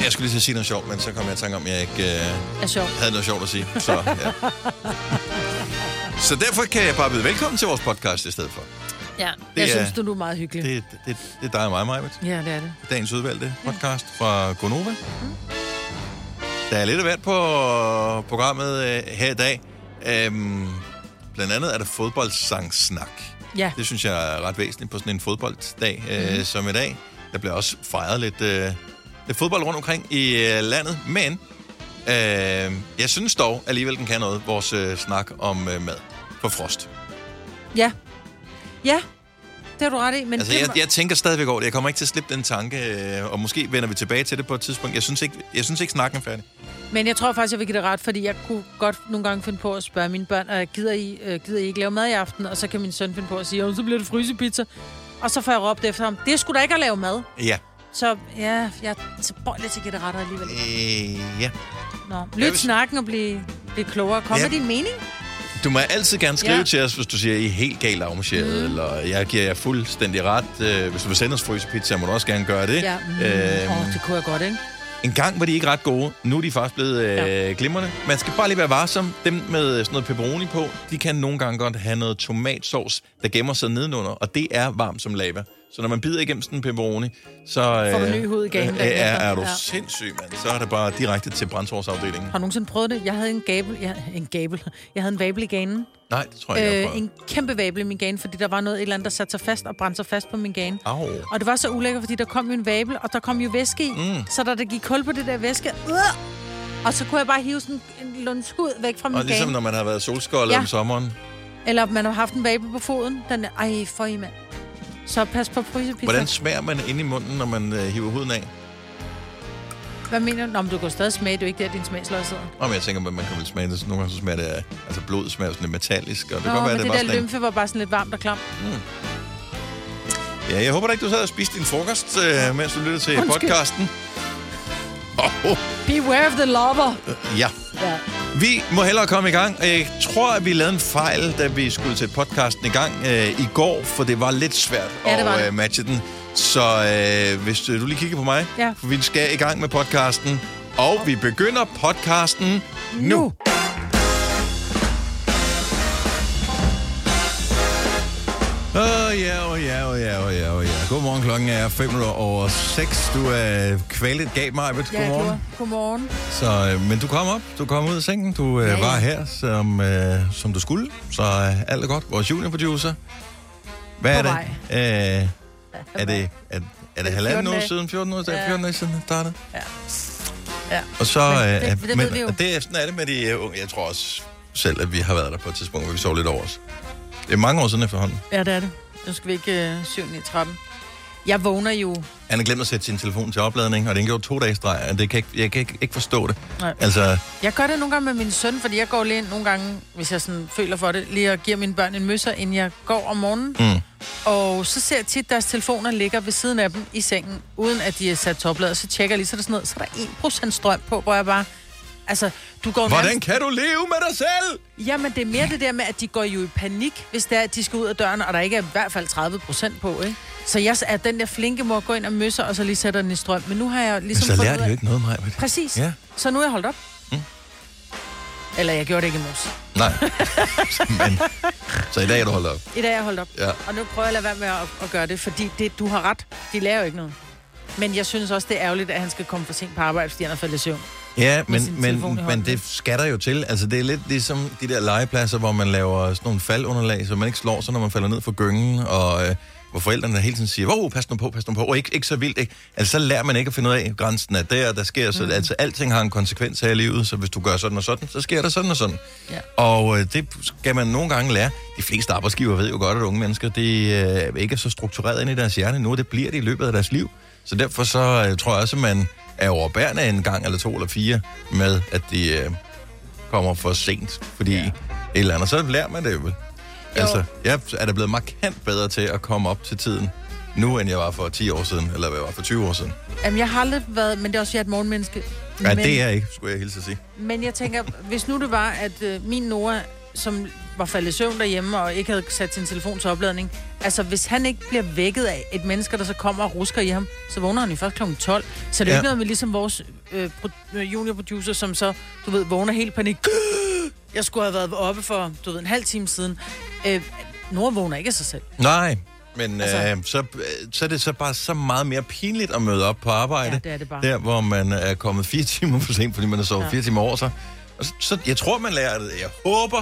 Jeg skulle lige til at sige noget sjovt, men så kom jeg i tanke om, at jeg ikke havde noget sjovt at sige. Så, ja. Så derfor kan jeg bare byde velkommen til vores podcast i stedet for. Ja, jeg synes, du er meget hyggelig. Det er dig og mig, Majbet. Ja, det er det. Dagens udvalgte podcast fra Gonova. Der er lidt af hvert på programmet her i dag. Blandt andet er der fodboldsangssnak. Ja. Det synes jeg er ret væsentligt på sådan en fodbolddag som i dag. Der bliver også fejret lidt fodbold rundt omkring i landet. Men jeg synes dog alligevel, den kan noget, vores snak om mad for frost. Ja. Ja, det har du ret i. Men altså, jeg tænker stadigvæk over det. Jeg kommer ikke til at slippe den tanke, og måske vender vi tilbage til det på et tidspunkt. Jeg synes ikke snakken er færdig. Men jeg tror faktisk, jeg vil give det ret, fordi jeg kunne godt nogle gange finde på at spørge mine børn, gider I ikke lave mad i aften? Og så kan min søn finde på at sige, så bliver det frysepizza. Og så får jeg råbt efter ham, det skulle da ikke at lave mad. Ja. Så ja, jeg bøjer lidt til at give det ret alligevel. Ja. Nå, lyt snakken og blive klogere. Kom med din mening. Du må altid gerne skrive til os, hvis du siger, I er helt galt afmarcheret, eller jeg giver jer fuldstændig ret. Hvis du vil sende os frysepizza, må du også gerne gøre det. Ja, det kunne jeg godt, ikke? En gang var de ikke ret gode. Nu er de faktisk blevet glimrende. Man skal bare lige være varsom. Dem med sådan noget pepperoni på, de kan nogle gange godt have noget tomatsauce, der gemmer sig nedenunder, og det er varmt som lava. Så når man bider igennem sådan en pepperoni, så får du ny hud i ganen. Er du sindssyg, mand. Så er det bare direkte til brandsorgsafdelingen. Har du nogensinde prøvet det? Jeg havde Jeg havde en vabel i ganen. Nej, det tror jeg ikke. En kæmpe vabel i min gane, fordi der var noget et eller andet, der satte sig fast og brændte sig fast på min gane. Au. Og det var så ulækkert, fordi der kom jo en vabel, og der kom jo væske i. Så der gik hul på det der væske. Og så kunne jeg bare hive sådan en lundskud væk fra min gane. Og ligesom når man har været solskoldet om sommeren. Eller man har haft en vabel på foden. Den er, for i mand. Så pas på frysepizza. Hvordan smager man inde i munden, når man hiver huden af? Hvad mener du? Nå, men du kan stadig smage, det er jo ikke der, din smagsløg sidder. Men jeg tænker, at man kan vel smage det. Nogle gange så smager det, altså blodet smager sådan lidt metallisk. Og det men kan være, det der lymfe var bare sådan lidt varmt og klam. Ja, jeg håber da ikke, du sad og spiste din frokost, mens du lyttede til podcasten. Beware of the lover. Ja. Vi må hellere komme i gang. Jeg tror, at vi lavede en fejl, da vi skulle til podcasten i gang i går, for det var lidt svært at matche den. Så hvis du lige kigger på mig, for vi skal i gang med podcasten, og vi begynder podcasten nu. Ja. Godmorgen, klokken er 5:05. Du er kvalet gab, Majbet. Godmorgen. Godmorgen. Så, men du kom op. Du kom ud af sengen. Du var her, som du skulle. Så alt er godt. Vores juniorproducer. Hvad er det? Er det halvanden år siden? 14 år siden det startede? Ja. Og så... Det ved vi jo. Det er sådan er det med de unge. Jeg tror også selv, at vi har været der på et tidspunkt, hvor vi sov lidt over os. Det er mange år siden efterhånden. Ja, det er det. Nu skal vi ikke 7 i trappen. Jeg vågner jo... Han har glemt at sætte sin telefon til opladning, og det gjorde 2 dage streg. Jeg kan ikke forstå det. Nej. Altså... Jeg gør det nogle gange med min søn, fordi jeg går lige ind nogle gange, hvis jeg sådan føler for det, lige at give mine børn en møsser, inden jeg går om morgenen. Og så ser jeg tit, at deres telefoner ligger ved siden af dem i sengen, uden at de er sat til opladet. Så tjekker jeg lige, så er der sådan noget, så er der 1% strøm på, hvor jeg bare... Altså, du går hvordan kan du leve med dig selv? Jamen, det er mere det der med, at de går jo i panik, hvis det er, at de skal ud af døren, og der ikke er i hvert fald 30% på, ikke? Så jeg er den der flinke mor, gå ind og møsser, og så lige sætter den i strøm. Men nu har jeg ligesom... Men så lærer de jo ikke noget, Maja. Præcis. Ja. Så nu er jeg holdt op. Eller jeg gjorde det ikke i morges. Nej. Men, så i dag er du holdt op? I dag er jeg holdt op. Ja. Og nu prøver jeg at lade være med at gøre det, fordi du har ret. De lærer jo ikke noget. Men jeg synes også, det er ærgerligt, at han skal komme for sent på arbejde, fordi han har faldet i søvn. Ja, men det skatter jo til. Altså, det er lidt ligesom de der legepladser, hvor man laver sådan nogle faldunderlag, så man ikke slår sig, når man falder ned fra gyngen, og hvor forældrene hele tiden siger, pas nu på, og ikke så vildt, ikke? Altså, så lærer man ikke at finde ud af, grænsen er der sker, så altså, alting har en konsekvens her i livet, så hvis du gør sådan og sådan, så sker der sådan og sådan. Ja. Og det skal man nogle gange lære. De fleste arbejdsgiver ved jo godt, at unge mennesker, de ikke er så struktureret ind i deres hjerne nu, det bliver de i løbet af deres liv. Så derfor så tror jeg også, at man er overbærende en gang eller 2 eller 4 med, at de kommer for sent, fordi et eller andet, så lærer man det jo vel. Altså, jeg er da blevet markant bedre til at komme op til tiden nu, end jeg var for 10 år siden, eller hvad jeg var for 20 år siden. Jamen, jeg har aldrig været, men det er også, jeg er et morgenmenneske. Ja, det er jeg ikke, skulle jeg hilse at sige. Men jeg tænker, hvis nu det var, at min Nora, som var faldet i søvn derhjemme, og ikke havde sat sin telefon til opladning. Altså, hvis han ikke bliver vækket af et menneske, der så kommer og rusker i ham, så vågner han jo først kl. 12. Så det er ikke noget med ligesom vores juniorproducer, som så, du ved, vågner helt panik. Jeg skulle have været oppe for, du ved, en halv time siden. Nora vågner ikke af sig selv. Nej, men altså, så er det så bare så meget mere pinligt at møde op på arbejde. Ja, det er det bare. Der, hvor man er kommet 4 timer for sent, fordi man har sovet 4 timer over sig. Og så jeg tror, man lærer det. Jeg håber...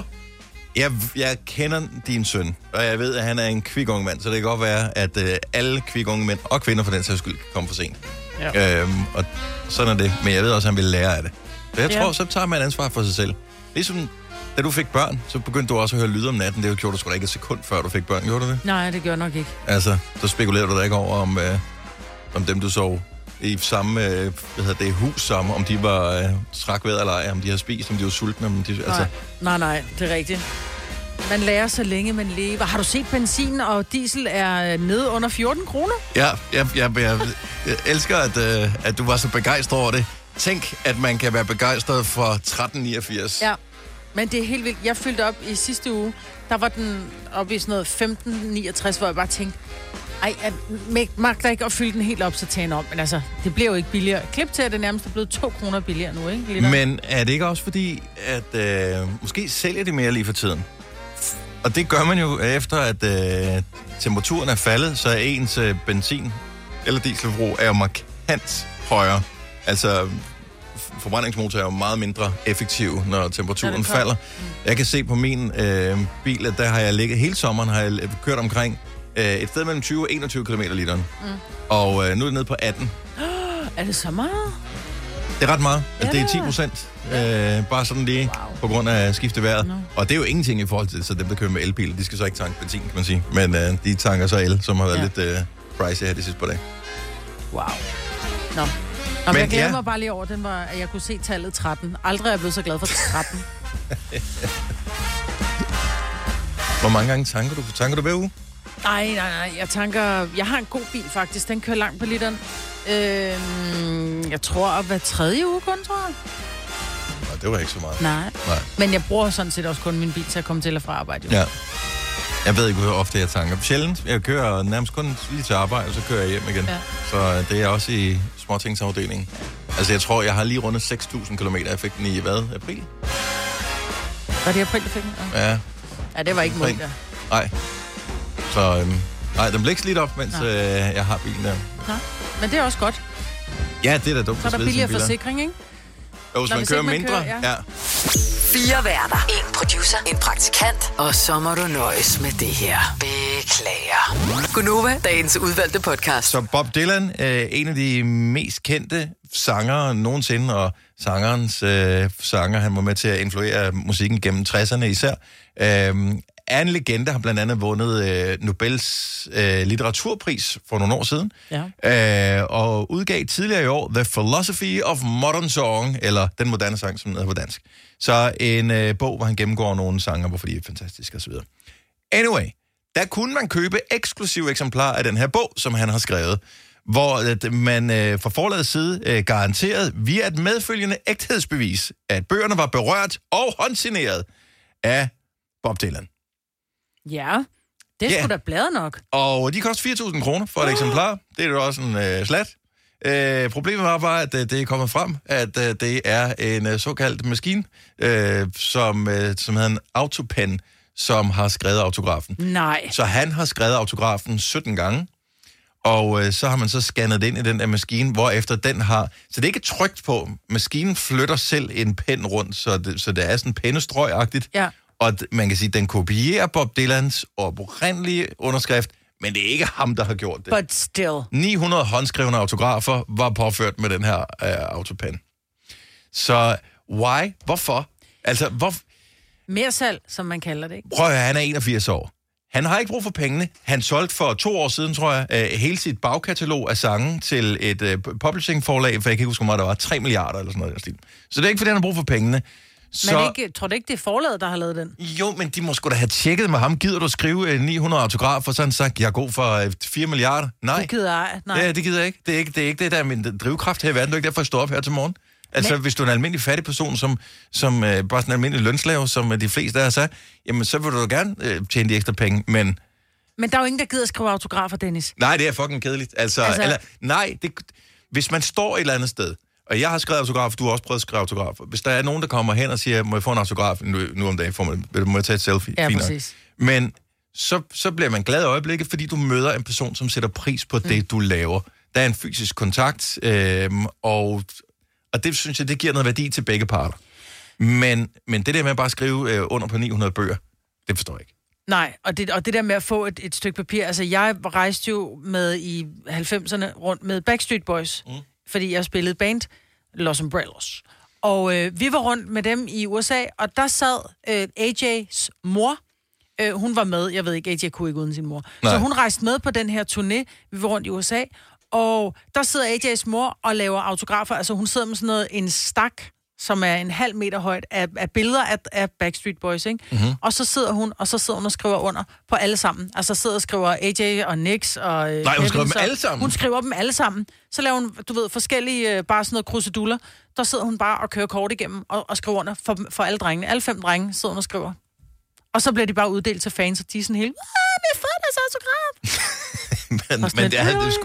Jeg kender din søn, og jeg ved, at han er en kvik ung mand, så det kan godt være, at alle kvik unge mænd, og kvinder for den sags skyld, kan komme for sent. Ja. Og sådan er det. Men jeg ved også, at han vil lære af det. Så jeg tror, så tager man ansvar for sig selv. Ligesom da du fik børn, så begyndte du også at høre lyde om natten. Det gjorde du sgu da ikke et sekund, før du fik børn. Gjorde du det? Nej, det gør nok ikke. Altså, så spekulerer du da ikke over, om dem, du sov i samme hus sammen, om de var strak ved eller ej, om de har spist, om de var sultne. Om de, altså. Nej, det er rigtigt. Man lærer så længe man lever. Har du set, benzin og diesel er nede under 14 kroner? Ja, jeg elsker, at du var så begejstret over det. Tænk, at man kan være begejstret for 1389. Ja, men det er helt vildt. Jeg fyldte op i sidste uge. Der var den oppe i sådan noget 1569, hvor jeg bare tænkte, jeg magter ikke at fylde den helt op, så tager om. Men altså, det bliver jo ikke billigere. Klip til, at det nærmest er blevet 2 kroner billigere nu, ikke? Liter. Men er det ikke også fordi, at måske sælger de mere lige for tiden? Og det gør man jo efter, at temperaturen er faldet, så ens benzin- eller dieselforbrug er jo markant højere. Altså, forbrændingsmotor er jo meget mindre effektiv, når temperaturen falder. Jeg kan se på min bil, at der har jeg ligget hele sommeren, har jeg kørt omkring et sted mellem 20 og 21 km literen. Og nu er det nede på 18. Er det så meget? Det er ret meget. Altså, det er 10%. Bare sådan lige på grund af skifte vejret. Og det er jo ingenting i forhold til, så dem, der kører med elbiler, de skal så ikke tanke benzin, kan man sige. Men de tanker så el, som har været lidt pricey her de sidste par dage. Wow. Nå. Men jeg glæder mig bare lige over, at jeg kunne se tallet 13. Aldrig er jeg blevet så glad for 13. Hvor mange gange tanker du? Tanker du hver uge? Nej. Jeg har en god bil, faktisk. Den kører langt på literen. Jeg tror, hver 3. uge kun, tror jeg. Nej, det var ikke så meget. Nej. Men jeg bruger sådan set også kun min bil til at komme til og fra arbejde. Jo. Ja. Jeg ved ikke, hvor ofte jeg tanker. Sjældent. Jeg kører nærmest kun lige til arbejde, og så kører jeg hjem igen. Ja. Så det er også i småtingsafdelingen. Altså, jeg tror, jeg har lige rundet 6.000 km. Jeg fik den i, april? Var det april, du fik den? Ja. Ja, det var ikke muligt der. Nej. Så, den blev ikke slidt op, mens jeg har bilen der. Nej, men det er også godt. Ja, det er da dumt. Så er der billigere forsikring, ikke? Jo, hvis man kører mindre. Ja. 4 værter. 1 producer. 1 praktikant. Og så må du nøjes med det her. Beklager. Gunova, dagens udvalgte podcast. Så Bob Dylan, en af de mest kendte sangere nogensinde, og sangerens sanger, han var med til at influere musikken gennem 60'erne især, er en legende, har blandt andet vundet Nobels litteraturpris for nogle år siden, og udgav tidligere i år The Philosophy of Modern Song, eller Den moderne sang, som hedder på dansk. Så en bog, hvor han gennemgår nogle sanger, hvorfor de er fantastiske osv. Anyway, der kunne man købe eksklusive eksemplarer af den her bog, som han har skrevet, hvor man fra forlagets side garanteret via et medfølgende ægthedsbevis, at bøgerne var berørt og håndsigneret af Bob Dylan. Ja, det er sgu da bladet nok. Og de koster 4.000 kroner for et eksemplar. Det er jo også en slat. Problemet var bare, at det er kommet frem, at det er en såkaldt maskine, som hedder en autopen, som har skrevet autografen. Nej. Så han har skrevet autografen 17 gange, og så har man så scannet det ind i den der maskine, hvorefter den har... Så det er ikke trykt på. Maskinen flytter selv en pen rundt, så det er sådan pennestrøg-agtigt. Ja. Og man kan sige, at den kopierer Bob Dylans oprindelige underskrift, men det er ikke ham, der har gjort det. But still. 900 håndskrevne autografer var påført med den her autopen. Så why? Hvorfor? Altså, Mere salg, som man kalder det, ikke? Prøv at høre, han er 81 år. Han har ikke brug for pengene. Han solgte for 2 år siden, tror jeg, hele sit bagkatalog af sange til et publishing-forlag, for jeg kan ikke huske, hvor meget der var, 3 milliarder eller sådan noget. Så det er ikke, fordi han har brug for pengene. Men tror du ikke, det er forlaget, der har lavet den? Jo, men de må sgu da have tjekket med ham. Gider du skrive 900 autografer, så han sagt, jeg er god for 4 milliarder? Nej. Du gider ej. Nej. Ja, det gider jeg ikke. Det er ikke det, der er min drivkraft her i verden. Det er ikke derfor, jeg står op her til morgen. Altså, hvis du er en almindelig fattig person, som bare sådan en almindelig lønslave, som de fleste af os er, jamen, så vil du gerne tjene de ekstra penge, men... Men der er jo ingen, der gider skrive autografer, Dennis. Nej, det er fucking kedeligt. Altså... hvis man står et eller andet sted, og jeg har skrevet autografer, du har også prøvet at skrive autografer. Hvis der er nogen, der kommer hen og siger, må jeg få en autograf nu om dagen, må jeg tage et selfie? Ja, fint præcis. Men så bliver man glad i øjeblikket, fordi du møder en person, som sætter pris på det, du laver. Der er en fysisk kontakt, og det synes jeg, det giver noget værdi til begge parter. Men det der med at bare skrive under på 900 bøger, det forstår jeg ikke. Nej, og det der med at få et stykke papir, altså jeg rejste jo med i 90'erne rundt med Backstreet Boys, fordi jeg spillede band, Los Umbrellas. Og vi var rundt med dem i USA, og der sad AJ's mor. Hun var med, jeg ved ikke, AJ kunne ikke uden sin mor. Nej. Så hun rejste med på den her turné, vi var rundt i USA, og der sidder AJ's mor og laver autografer, altså hun sidder med sådan noget, en stak, som er en halv meter højt, af billeder af Backstreet Boys, ikke? Mm-hmm. Og så sidder hun og skriver under på alle sammen. Altså sidder og skriver AJ og Nix og... Nej, hun skriver dem alle sammen? Hun skriver dem alle sammen. Så laver hun, du ved, forskellige, bare sådan noget kruseduller. Der sidder hun bare og kører kort igennem og skriver under for alle drengene. Alle 5 drenge sidder hun og skriver. Og så bliver de bare uddelt til fans, og de er sådan helt, vi har fået deres autograf. men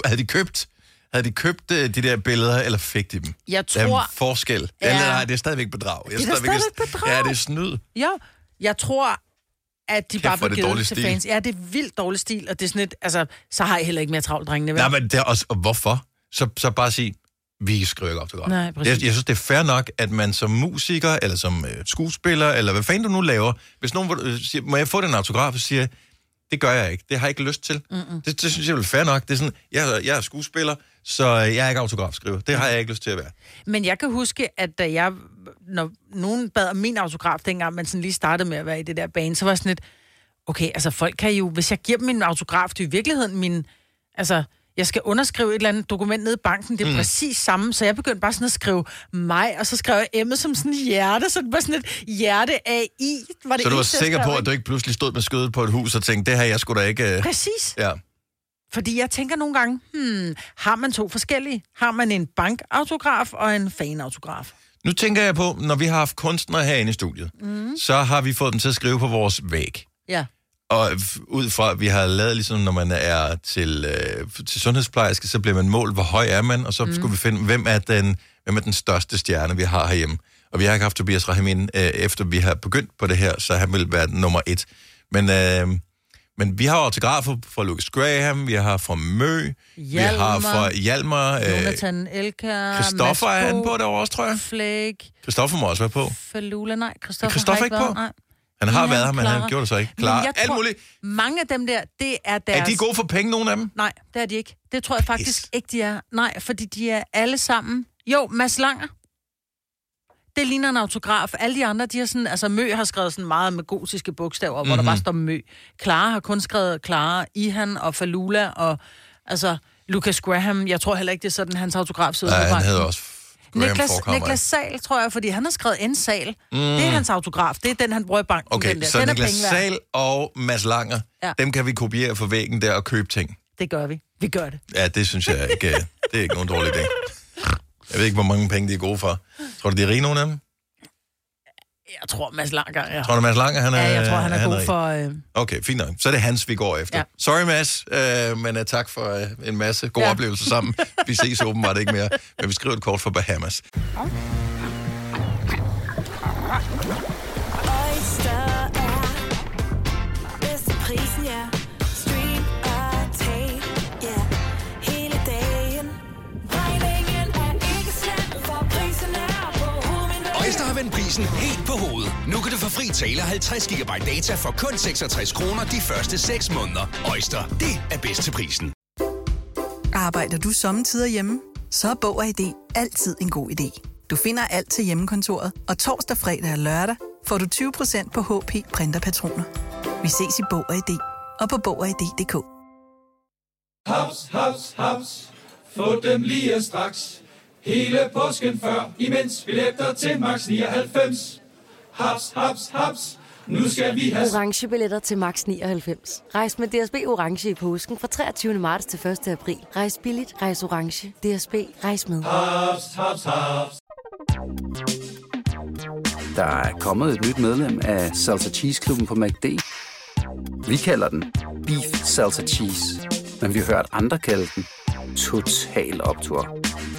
havde de købt de der billeder, eller fik de dem? Jeg tror... Der er forskel. Ja. Eller nej, det er stadigvæk bedrag. Det er stadigvæk bedrag. Ja, det er snyd. Ja, jeg tror, at de bare blev givet til fans. Ja, det er vildt dårlig stil, og det er sådan et... Altså, så har jeg heller ikke mere travlt, drengene. Nej, men det er også... Og hvorfor? Så bare sige, vi skriver ikke autograf. Nej, præcis. Jeg synes, det er fair nok, at man som musiker, eller som skuespiller, eller hvad fanden du nu laver, hvis nogen siger, må jeg få den autograf, og siger, det gør jeg ikke. Det har jeg ikke lyst til. Det synes jeg er fair nok. Det er sådan, jeg er skuespiller, så jeg er ikke autografskriver. Det har jeg ikke lyst til at være. Men jeg kan huske, at da når nogen bad om min autograf, dengang man sådan lige startede med at være i det der band, så var sådan lidt, okay, altså folk kan jo, hvis jeg giver dem min autograf, det er i virkeligheden jeg skal underskrive et eller andet dokument nede i banken, det er præcis samme, så jeg begyndte bare sådan at skrive mig, og så skrev jeg Emma som sådan et hjerte, så det var sådan et hjerte A-I. Så du var sikker på, at du ikke pludselig stod med skødet på et hus og tænkte, det her, jeg skulle da ikke... Præcis. Ja. Fordi jeg tænker nogle gange, har man 2 forskellige? Har man en bankautograf og en fanautograf? Nu tænker jeg på, når vi har haft kunstnere herinde i studiet, så har vi fået dem til at skrive på vores væg. Ja. Og ud fra, at vi har lavet, ligesom når man er til sundhedsplejerske, så bliver man målt, hvor høj er man, og så skulle vi finde, hvem er den største stjerne, vi har herhjemme. Og vi har ikke haft Tobias Rahim ind, efter vi har begyndt på det her, så han vil være nummer 1. Men vi har autografer fra Lucas Graham, vi har fra Mø, vi har fra Hjalmar, Jonathan Elkær, Christoffer er han på derovre også, tror jeg. Flake. Christoffer må også være på. Falula, nej. Christoffer har ikke på? Nej. Han har været her, men han gjorde det så ikke. Klar. Alt muligt. Mange af dem der, det er deres... Er de gode for penge, nogle af dem? Nej, det er de ikke. Det tror jeg faktisk ikke, de er. Nej, fordi de er alle sammen... Jo, Mads Langer. Det ligner en autograf. Alle de andre, de har sådan... Altså, Mø har skrevet sådan meget med gotiske bogstaver, hvor der bare står Mø. Clara har kun skrevet Clara, Ihan og Falula, og altså Lucas Graham. Jeg tror heller ikke, det er sådan, hans autograf sidder. Nej, han hedder også... Niklas Sahl, tror jeg, fordi han har skrevet en Sahl. Det er hans autograf. Det er den, han bruger i banken. Okay, den der. så den Niklas Sahl og Mads Langer, dem kan vi kopiere fra væggen der og købe ting. Det gør vi. Vi gør det. Ja, det synes jeg ikke, det er ikke nogen dårlig idé. Jeg ved ikke, hvor mange penge de er gode for. Tror du, de er rige, nogle af dem? Jeg tror, Mads Langer, ja. Tror du, Mads Langer, han er... Ja, jeg tror, han er god for... Okay, fint nok. Så er det hans, vi går efter. Ja. Sorry, Mads, men tak for en masse gode oplevelser sammen. Vi ses åbenbart ikke mere, men vi skriver et kort for Bahamas. Øjster har vendt prisen helt på hovedet. Nu kan du få fri tale 50 GB data for kun 66 kroner de første 6 måneder. Øjster, det er bedst til prisen. Arbejder du sommetider hjemme? Så er Bog og ID altid en god idé. Du finder alt til hjemmekontoret, og torsdag, fredag og lørdag får du 20% på HP printerpatroner. Vi ses i Bog og ID og på Bog og ID.dk. Haps, haps, haps. Få dem lige straks. Hele påsken før, imens billetter til max 99. Haps, haps, haps. Nu skal vi have orange billetter til max 99. Rejs med DSB orange i påsken fra 23. marts til 1. april. Rejs billigt, rejs orange. DSB, rejs med. Haps, haps, haps. Der er kommet et nyt medlem af Salsa Cheese Klubben på McD. Vi kalder den Beef Salsa Cheese, men vi har hørt andre kalde den Total Optur.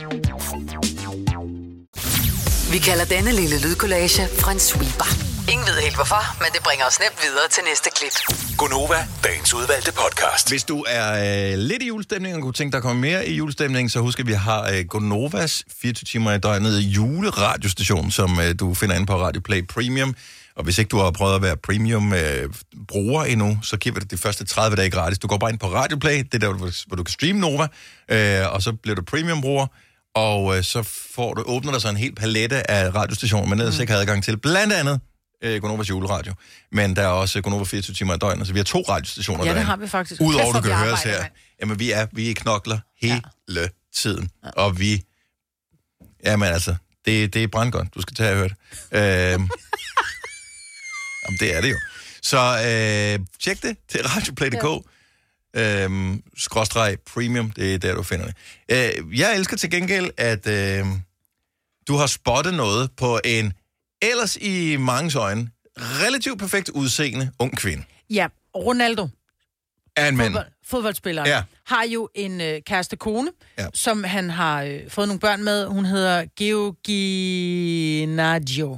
Vi kalder denne lille lydkollage en sweeper. Ingen ved helt hvorfor, men det bringer os nemt videre til næste klip. Gonova, dagens udvalgte podcast. Hvis du er lidt i julestemning og kunne tænke dig at komme mere i julestemning, så husk, at vi har Gonovas 24 timer i døgnet juleradiostation, som du finder inde på Radio Play Premium. Og hvis ikke du har prøvet at være premium-bruger endnu, så giver vi det de første 30 dage gratis. Du går bare ind på Radio Play, det er der, hvor du kan streame Nova, og så bliver du premium-bruger, og så åbner der så en hel palette af radiostationer, man ellers ikke har adgang til. Blandt andet Gonovas juleradio. Men der er også Gonova 24 timer i døgnet, så vi har 2 radiostationer derinde. Ja, det har vi faktisk. Udover du kan høre os her. Jamen, vi knokler hele tiden. Ja. Og vi... Jamen altså, det er brandgodt. Du skal tage og høre det. Jamen, det er det jo. Så tjek det til radioplay.dk. / premium, det er der, du finder det. Jeg elsker til gengæld, at du har spottet noget på en ellers i manges øjne relativt perfekt udseende ung kvinde. Ja, Ronaldo. Er en mand. Fodboldspilleren. Har jo en kæreste kone, som han har fået nogle børn med. Hun hedder Gioinaggio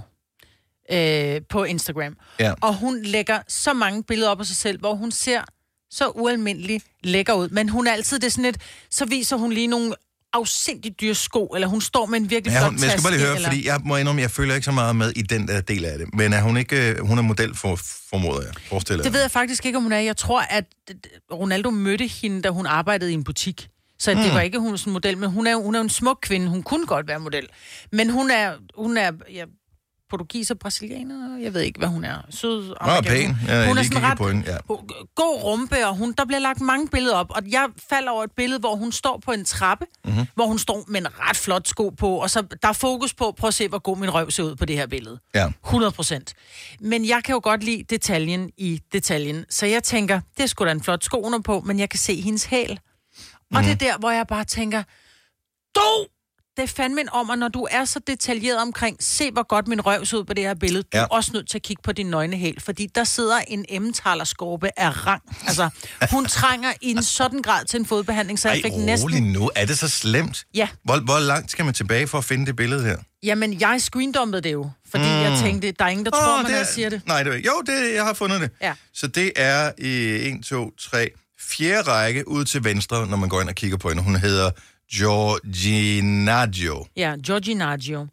på Instagram. Ja. Og hun lægger så mange billeder op af sig selv, hvor hun ser så ualmindelig lækker ud. Men hun er altid det sådan lidt, så viser hun lige nogle afsindigt dyre sko, eller hun står med en virkelig flot taske. Men jeg skal bare lige høre, eller... fordi jeg må indrømme, jeg føler ikke så meget med i den der del af det. Men er hun ikke, hun er model formoder jeg, forestiller det ved jeg faktisk ikke, om hun er. Jeg tror, at Ronaldo mødte hende, da hun arbejdede i en butik. Så det var ikke hun som model, men hun er en smuk kvinde. Hun kunne godt være model. Men hun er portugiser, brasilianer, jeg ved ikke, hvad hun er. Sød. Pæn. Hun er sådan ret god rumpe, og der bliver lagt mange billeder op. Og jeg falder over et billede, hvor hun står på en trappe, hvor hun står med en ret flot sko på, og så der er fokus på, prøv at se, hvor god min røv ser ud på det her billede. Ja. 100%. Men jeg kan jo godt lide detaljen i detaljen, så jeg tænker, det er sgu da en flot sko under på, men jeg kan se hendes hæl. Og det er der, hvor jeg bare tænker, det er fandme om, og når du er så detaljeret omkring, se hvor godt min røv ser ud på det her billede, du er også nødt til at kigge på din nøgnehæl, fordi der sidder en emmentaler-skorpe af rang. Altså, hun trænger i en sådan grad til en fodbehandling, så jeg fik næsten... nu. Er det så slemt? Ja. Hvor langt skal man tilbage for at finde det billede her? Jamen, jeg screendumpede det jo, fordi jeg tænkte, der er ingen, der tror, man siger det. Nej, det er jo, jeg har fundet det. Ja. Så det er i 1, 2, 3, 4. række ud til venstre, når man går ind og kigger på hende. Hun hedder Gioinaggio. Ja, Gioinaggio.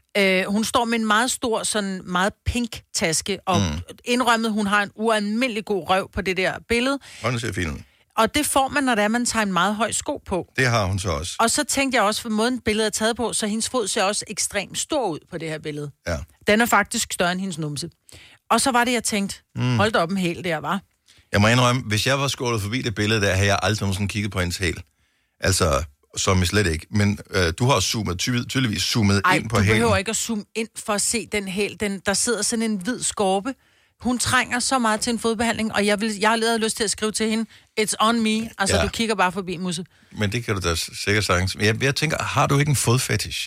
Hun står med en meget stor, sådan meget pink taske, og indrømmet, hun har en ualmindelig god røv på det der billede. Og den ser fin ud. Og det får man, når man tager en meget høj sko på. Det har hun så også. Og så tænkte jeg også, for måden billedet er taget på, så hendes fod ser også ekstremt stor ud på det her billede. Ja. Den er faktisk større end hendes numse. Og så var det, jeg tænkte, hold da op en hæl der, var. Jeg må indrømme, hvis jeg var skålet forbi det billede der, havde jeg aldrig nogensinde kigget på hendes hæl. Altså... som jeg slet ikke. Men du har tydeligvis zoomet ind på hælen. Du behøver ikke at zoome ind for at se den hæl. Der sidder sådan en hvid skorpe. Hun trænger så meget til en fodbehandling, og jeg har lyst til at skrive til hende, it's on me. Altså, du kigger bare forbi, Musse. Men det kan du da sikkert sagtens. Jeg tænker, har du ikke en fodfetish?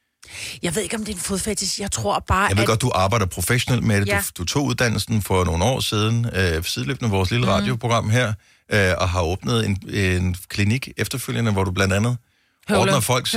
Jeg ved ikke, om det er en fodfetish. Jeg tror bare, jeg ved godt, du arbejder professionelt med det. Ja. Du tog uddannelsen for nogle år siden, sideløbende vores lille radioprogram her, og har åbnet en klinik efterfølgende, hvor du blandt andet ordner folks...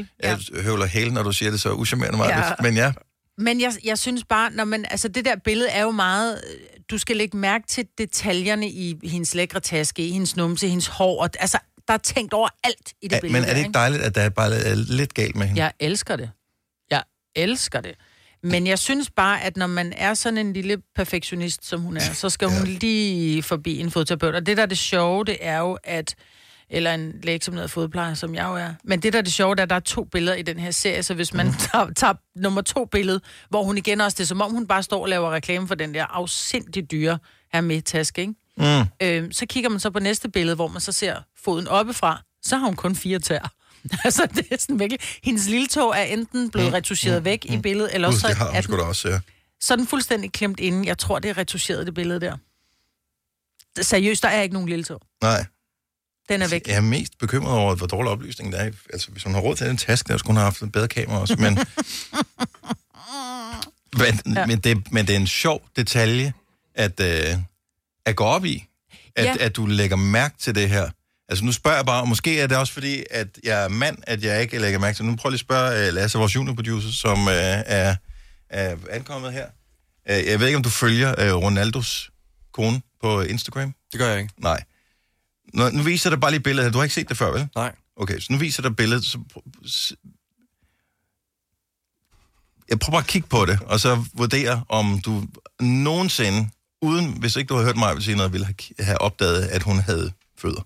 Høvler hæle, når du siger det så uschammerende meget. Ja. Men ja. Men jeg synes bare, når man... Altså, det der billede er jo meget... Du skal lægge mærke til detaljerne i hendes lækre taske, i hendes numse, hendes hår. Altså, der er tænkt over alt i det billede. Men er det ikke dejligt, at der bare er lidt galt med hende? Jeg elsker det. Jeg elsker det. Men jeg synes bare, at når man er sådan en lille perfektionist, som hun er, så skal hun lige forbi en fodterapeut. Og det, der er det sjove, det er jo, at... Eller en læge som noget fodplejer, som jeg jo er. Men det, der er det sjove, det er, at der er 2 billeder i den her serie, så hvis man tager nummer 2 billede, hvor hun igen også, det er som om hun bare står og laver reklame for den der afsindigt dyre her med taske, ikke? Så kigger man så på næste billede, hvor man så ser foden oppefra, så har hun kun 4 tæer. Altså, det er sådan virkelig... Hendes lille tog er enten blevet retuscheret væk i billedet, eller også... Det har hun sgu da også, ja. Så er den fuldstændig klemt inden. Jeg tror, det er retuscheret, det billede der. Seriøst, der er ikke nogen lille tog. Nej. Den er væk. Jeg er mest bekymret over, hvor dårlig oplysning der er. Altså, hvis hun har råd til den taske, der skulle hun have haft en bedre kamera også, men... Men det er en sjov detalje at gå op i. At du lægger mærke til det her. Altså nu spørger jeg bare, og måske er det også fordi, at jeg er mand, at jeg ikke lægger mærke til. Nu prøver jeg lige at spørge Lasse, vores juniorproducer, som er ankommet her. Jeg ved ikke, om du følger Ronaldos kone på Instagram? Det gør jeg ikke. Nej. Nu viser det bare lige billedet. Du har ikke set det før, vel? Nej. Okay, så nu viser det billedet. Så jeg prøver bare at kigge på det, og så vurdere, om du nogensinde, hvis ikke du har hørt mig sige noget, ville have opdaget, at hun havde fødder.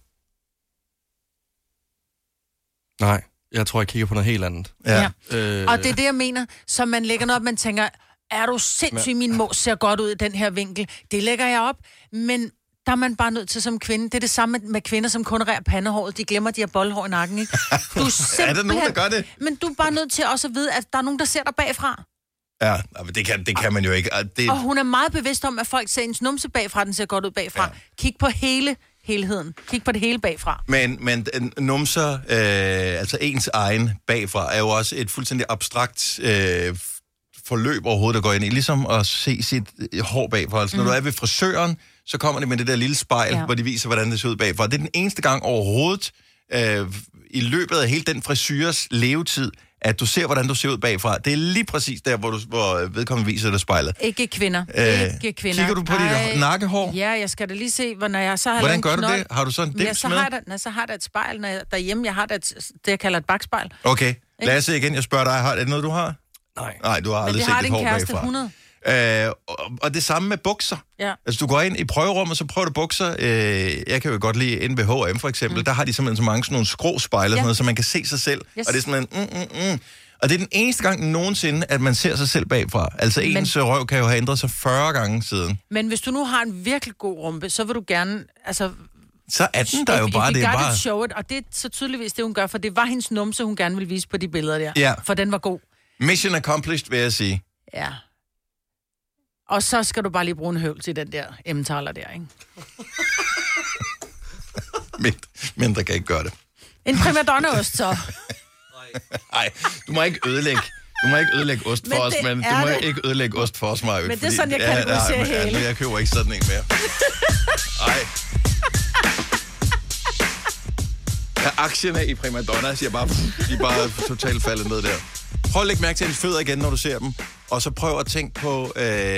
Nej, jeg tror, jeg kigger på noget helt andet. Ja. Og det er det, jeg mener. Så man lægger noget op, man tænker, er du sindssyg, min mås ser godt ud i den her vinkel. Det lægger jeg op, men der er man bare nødt til som kvinde. Det er det samme med kvinder, som kun rærer pandehåret. De glemmer, de har boldhår i nakken, ikke? Du er er der nogen, der gør det? Men du er bare nødt til også at vide, at der er nogen, der ser dig bagfra. Ja, men det kan man jo ikke. Og hun er meget bevidst om, at folk ser ens numse bagfra, den ser godt ud bagfra. Ja. Kig på helheden. Kig på det hele bagfra. Men numser, altså ens egen bagfra, er jo også et fuldstændig abstrakt forløb overhovedet, der går ind i. Ligesom at se sit hår bagfra. Altså, når du er ved frisøren, så kommer det med det der lille spejl, hvor de viser, hvordan det ser ud bagfra. Det er den eneste gang overhovedet, i løbet af hele den frisørs levetid, at du ser, hvordan du ser ud bagfra. Det er lige præcis der, hvor vedkommende viser det spejlet. Ikke kvinder. Ikke kvinder. Kigger du på dit nakkehår? Ja, jeg skal da lige se, når jeg så har hvordan gør du det? Har du sådan en dims med? Så har der et spejl derhjemme. Jeg har det jeg kalder et bagspejl. Okay. Lad os se igen. Jeg spørger dig, er det noget, du har? Nej, du har aldrig set dit hår bagfra. Men det har din kæreste 100. Og det samme med bukser. Ja. Altså, du går ind i prøverummet, så prøver du bukser. Jeg kan jo godt lide inde ved H&M for eksempel. Der har de simpelthen så mange sådan nogle skråspejle, så man kan se sig selv. Yes. Og det er simpelthen... Og det er den eneste gang nogensinde, at man ser sig selv bagfra. Altså ens røv kan jo have ændret sig 40 gange siden. Men hvis du nu har en virkelig god rumpe, så vil du gerne... Altså, så er den der jo bare... Det er bare... show it, og det er så tydeligvis det, hun gør, for det var hendes numse, hun gerne ville vise på de billeder der. Ja. For den var god. Mission accomplished, vil jeg sige. Ja. Og så skal du bare lige bruge en høvl til den der emmentaler der, ikke? Men der kan ikke gøre det. En primadonna-ost, så. Nej, du må ikke ødelægge ost for os, men du må ikke ødelægge ost for os, Maja. Men det er sådan, jeg kategoriserer hele. Jeg køber ikke sådan en mere. Nej. Ja, aktierne i primadonna, de er bare totalt faldet ned der. Prøv at lægge mærke til hendes fødder igen, når du ser dem. Og så prøv at tænke på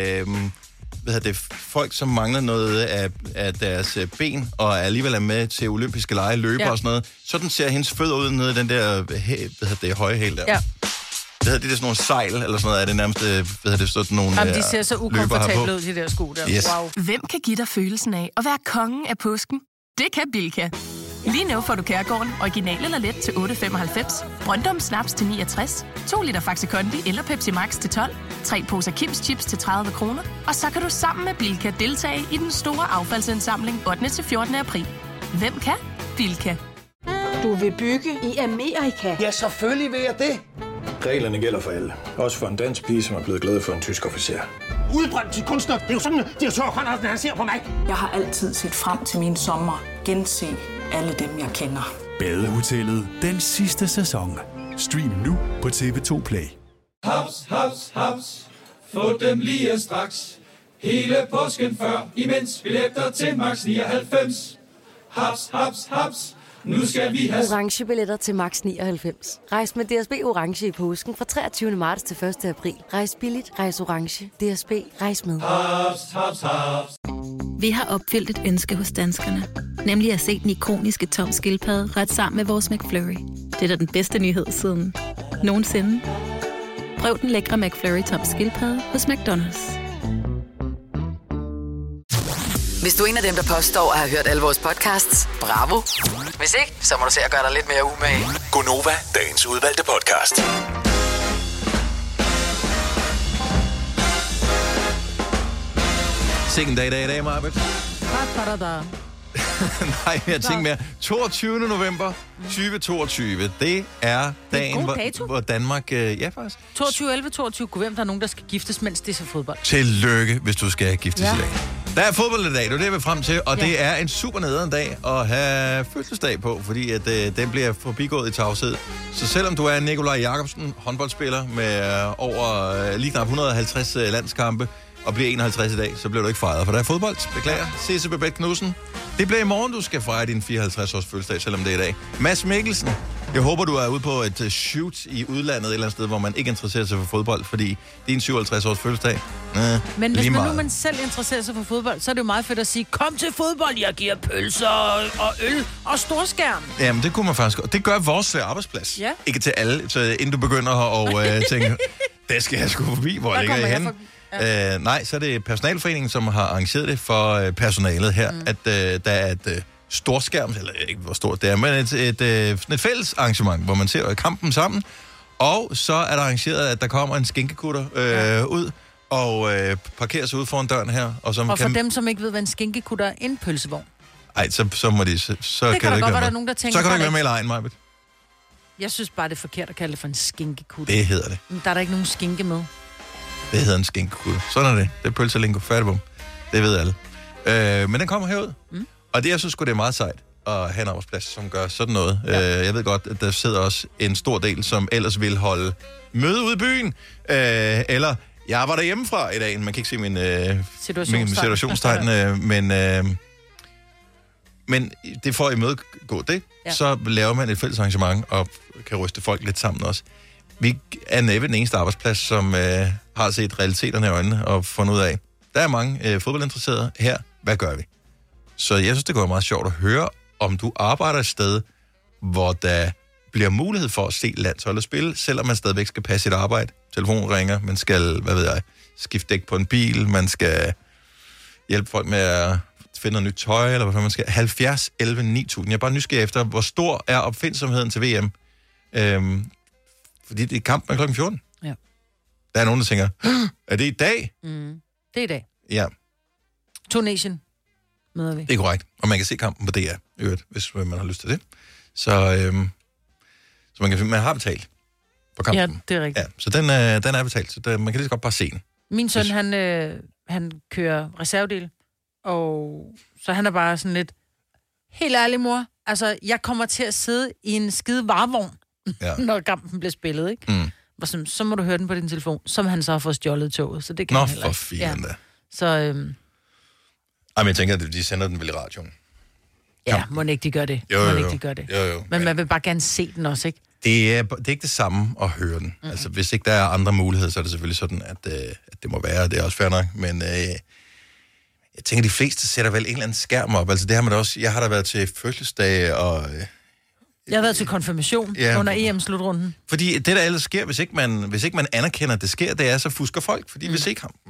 folk, som mangler noget af deres ben, og alligevel er med til olympiske lege, løber og sådan noget. Sådan ser hendes fødder ud nede i den der høje hæl der. Ja. Det er sådan nogle sejl, eller sådan noget, er det nærmest, sådan nogle de ser så ukomfortable ud, de der sko der. Yes. Wow. Hvem kan give dig følelsen af at være kongen af påsken? Det kan Bilka. Lige nu får du Kærgården original eller let til 8,95, Brøndum Snaps til 69, 2 liter Faxi Kondi eller Pepsi Max til 12, 3 poser Kims Chips til 30 kroner, og så kan du sammen med Bilka deltage i den store affaldsindsamling 8. til 14. april. Hvem kan? Bilka. Du vil bygge i Amerika? Ja, selvfølgelig vil jeg det. Reglerne gælder for alle. Også for en dansk pige, som er blevet glad for en tysk officer. Udbrændt til kunstner. Det er jo sådan, at direktør Conradsen, han ser på mig. Jeg har altid set frem til min sommer. Gense alle dem, jeg kender. Badehotellet den sidste sæson. Stream nu på TV2 Play. Haps, haps, haps. Få dem lige straks. Hele påsken før, imens billetter til max 99. Haps, haps, haps. Nu skal vi have orange billetter til max 99. Rejs med DSB orange i påsken fra 23. marts til 1. april. Rejs billigt, rejs orange. DSB, rejs med. Haps, haps, haps. Vi har opfyldt et ønske hos danskerne. Nemlig at se den ikoniske Tom Skildpadde ret sammen med vores McFlurry. Det er da den bedste nyhed siden nogensinde. Prøv den lækre McFlurry Tom Skildpadde hos McDonald's. Hvis du er en af dem, der påstår at have hørt alle vores podcasts, bravo. Hvis ikke, så må du se at gøre dig lidt mere umage. Gonova, dagens udvalgte podcast. Sikke en dag i dag, Marbet. Nej, jeg tænker mere. 22. november 2022. Det er dagen, hvor Danmark... ja, faktisk. 22.11.22. Hvem der er nogen, der skal giftes, mens det er så fodbold. Tillykke, hvis du skal giftes i dag. Der er fodbold i dag, det er det, jeg vil frem til, og det er en super nederen dag at have fødselsdag på, fordi at, den bliver forbigået i tavshed. Så selvom du er Nikolaj Jakobsen, håndboldspiller med over lige knap 150 landskampe, og bliver 51 i dag, så bliver du ikke fejret, for der er fodbold. Beklager. C.C. Babette Knudsen. Det bliver i morgen, du skal fejre din 54-års fødselsdag, selvom det er i dag. Mads Mikkelsen. Jeg håber, du er ude på et shoot i udlandet et eller andet sted, hvor man ikke interesserer sig for fodbold, fordi det er en 57-års fødselsdag. Men hvis man selv interesserer sig for fodbold, så er det jo meget fedt at sige, kom til fodbold, jeg giver pølser og øl og storskærm. Jamen, det kunne man faktisk. Det gør vores arbejdsplads. Ja. Ikke til alle, så inden du begynder at tænke, det skal jeg sgu forbi, hvor ligger jeg henne? Ja. Nej, så er det personalforeningen, som har arrangeret det for personalet her, at der er et storskærm, eller ikke hvor stort det er, men et fælles arrangement, hvor man ser kampen sammen, og så er der arrangeret, at der kommer en skinkekutter ud, og parkerer sig ud foran døren her. Og for dem, som ikke ved, hvad en skinkekutter er, en pølsevogn. Nej, så må de... Så det kan da godt være, der er nogen, der tænker... Så kan du ikke være med i lejen, Majbet. Jeg synes bare, det er forkert at kalde det for en skinkekutter. Det hedder det. Men der er der ikke nogen skinke med. Det hedder en skinkekutter. Sådan er det. Det er pølselingo. Færdigbom. Det ved alle. Men den kommer herud. Og det, jeg synes, det er meget sejt at have en arbejdsplads, som gør sådan noget. Ja. Jeg ved godt, at der sidder også en stor del, som ellers vil holde møde ude i byen. Eller, jeg var der hjemmefra i dag. Man kan ikke se min situationstegn. Men det får I mødegå det. Ja. Så laver man et fælles arrangement og kan ryste folk lidt sammen også. Vi er næppe den eneste arbejdsplads, som har set realiteterne i øjnene og fundet ud af. Der er mange fodboldinteresserede her. Hvad gør vi? Så jeg synes, det går meget sjovt at høre, om du arbejder et sted, hvor der bliver mulighed for at se landsholdet spille, selvom man stadigvæk skal passe sit arbejde. Telefonen ringer, man skal, skifte dæk på en bil, man skal hjælpe folk med at finde noget nyt tøj, eller hvad man skal. 70, 11, 9000. Jeg er bare nysgerrig efter, hvor stor er opfindsomheden til VM? Fordi det er kampen kl. 14. Ja. Der er nogen, der tænker, er det i dag? Det er i dag. Ja. Tunesien møder vi. Det er korrekt. Og man kan se kampen på DR, øvrigt, hvis man har lyst til det. Så man har betalt på kampen. Ja, det er rigtigt. Ja, så den er betalt, så man kan lige så godt bare se den. Min søn, han kører reservedel, og så han er bare sådan lidt, helt ærlig mor, altså jeg kommer til at sidde i en skide varevogn, når kampen bliver spillet, ikke? Så må du høre den på din telefon, som han så har fået stjålet toget, så det kan han heller ikke. For fint da. Så men jeg tænker, at de sender den vel i radioen. Ja, må ikke de gør det. Jo. Men man vil bare gerne se den også, ikke? Det er ikke det samme at høre den. Altså, hvis ikke der er andre muligheder, så er det selvfølgelig sådan, at det må være, det er også fair nok. Men jeg tænker, de fleste sætter vel en eller anden skærm op. Altså, det har man da også. Jeg har da været til fødselsdag og... Jeg har været til konfirmation under EM-slutrunden. Fordi det, der ellers sker, hvis ikke man anerkender, at det sker, det er, så fusker folk, fordi vi ser kampen.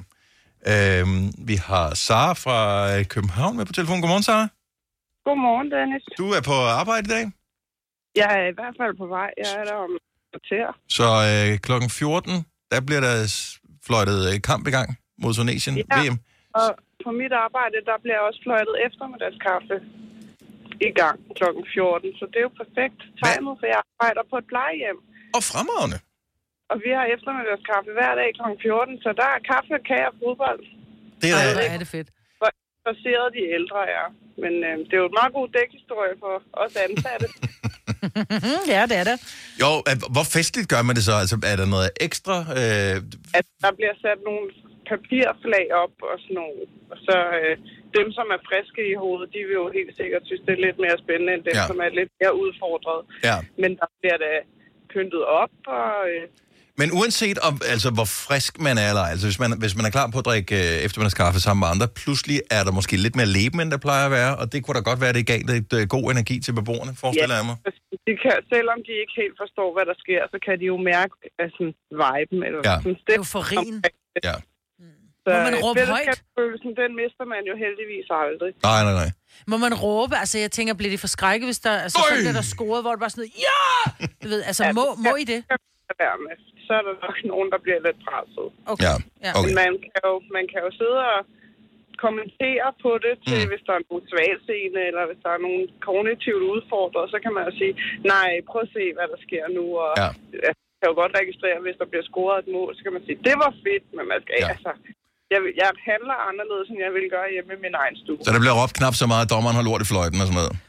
Vi har Sara fra København med på telefon. Godmorgen, Sara. Godmorgen, Dennis. Du er på arbejde i dag? Jeg er i hvert fald på vej. Jeg er der om kvarter. Så klokken 14, der bliver der fløjtet kamp i gang mod Tunesien, VM. Og på mit arbejde, der bliver også fløjtet eftermiddagskaffe i gang klokken 14. Så det er jo perfekt timet, for jeg arbejder på et plejehjem. Og fremragende. Og vi har eftermiddagskaffe hver dag kl. 14, så der er kaffe, kage og fodbold. Det er det fedt. Baseret de ældre, ja. Men det er jo et meget god dækhistorie for os ansatte. Ja, det er det. Jo, hvor festligt gør man det så? Altså, er der noget ekstra? At der bliver sat nogle papirflag op og sådan nogle. Og så dem, som er friske i hovedet, de vil jo helt sikkert synes, det er lidt mere spændende, end dem, som er lidt mere udfordret. Ja. Men der bliver da pyntet op og... Men uanset om, altså, hvor frisk man er, eller altså, hvis man er klar på at drikke eftermiddagskaffe sammen med andre, pludselig er der måske lidt mere leben, end der plejer at være, og det kunne da godt være, det gav lidt god energi til beboerne, forestiller jeg mig. De kan, selvom de ikke helt forstår, hvad der sker, så kan de jo mærke sådan, viben. Eller sådan det er jo forrin. Ja. Så må man råbe højt? Den mister man jo heldigvis aldrig. Nej. Må man råbe? Altså, jeg tænker, bliver de forskrækket, hvis der så bliver der scoret, hvor det bare sådan noget, ja! Du ved, altså, må I det? Så er der nok nogen, der bliver lidt presset. Okay. Ja. Okay. Men man kan jo sidde og kommentere på det, til, hvis der er nogle svalscene, eller hvis der er nogle kognitivt udfordrede, så kan man jo sige, nej, prøv at se, hvad der sker nu, og jeg kan jo godt registrere, hvis der bliver scoret et mål, så kan man sige, det var fedt, men man skal altså... Jeg handler anderledes, end jeg vil gøre hjemme i min egen stue. Så der bliver råbt knap så meget, at dommeren har lort i fløjten og sådan noget?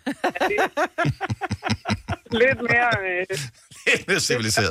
Lidt mere... Lidt mere civiliseret.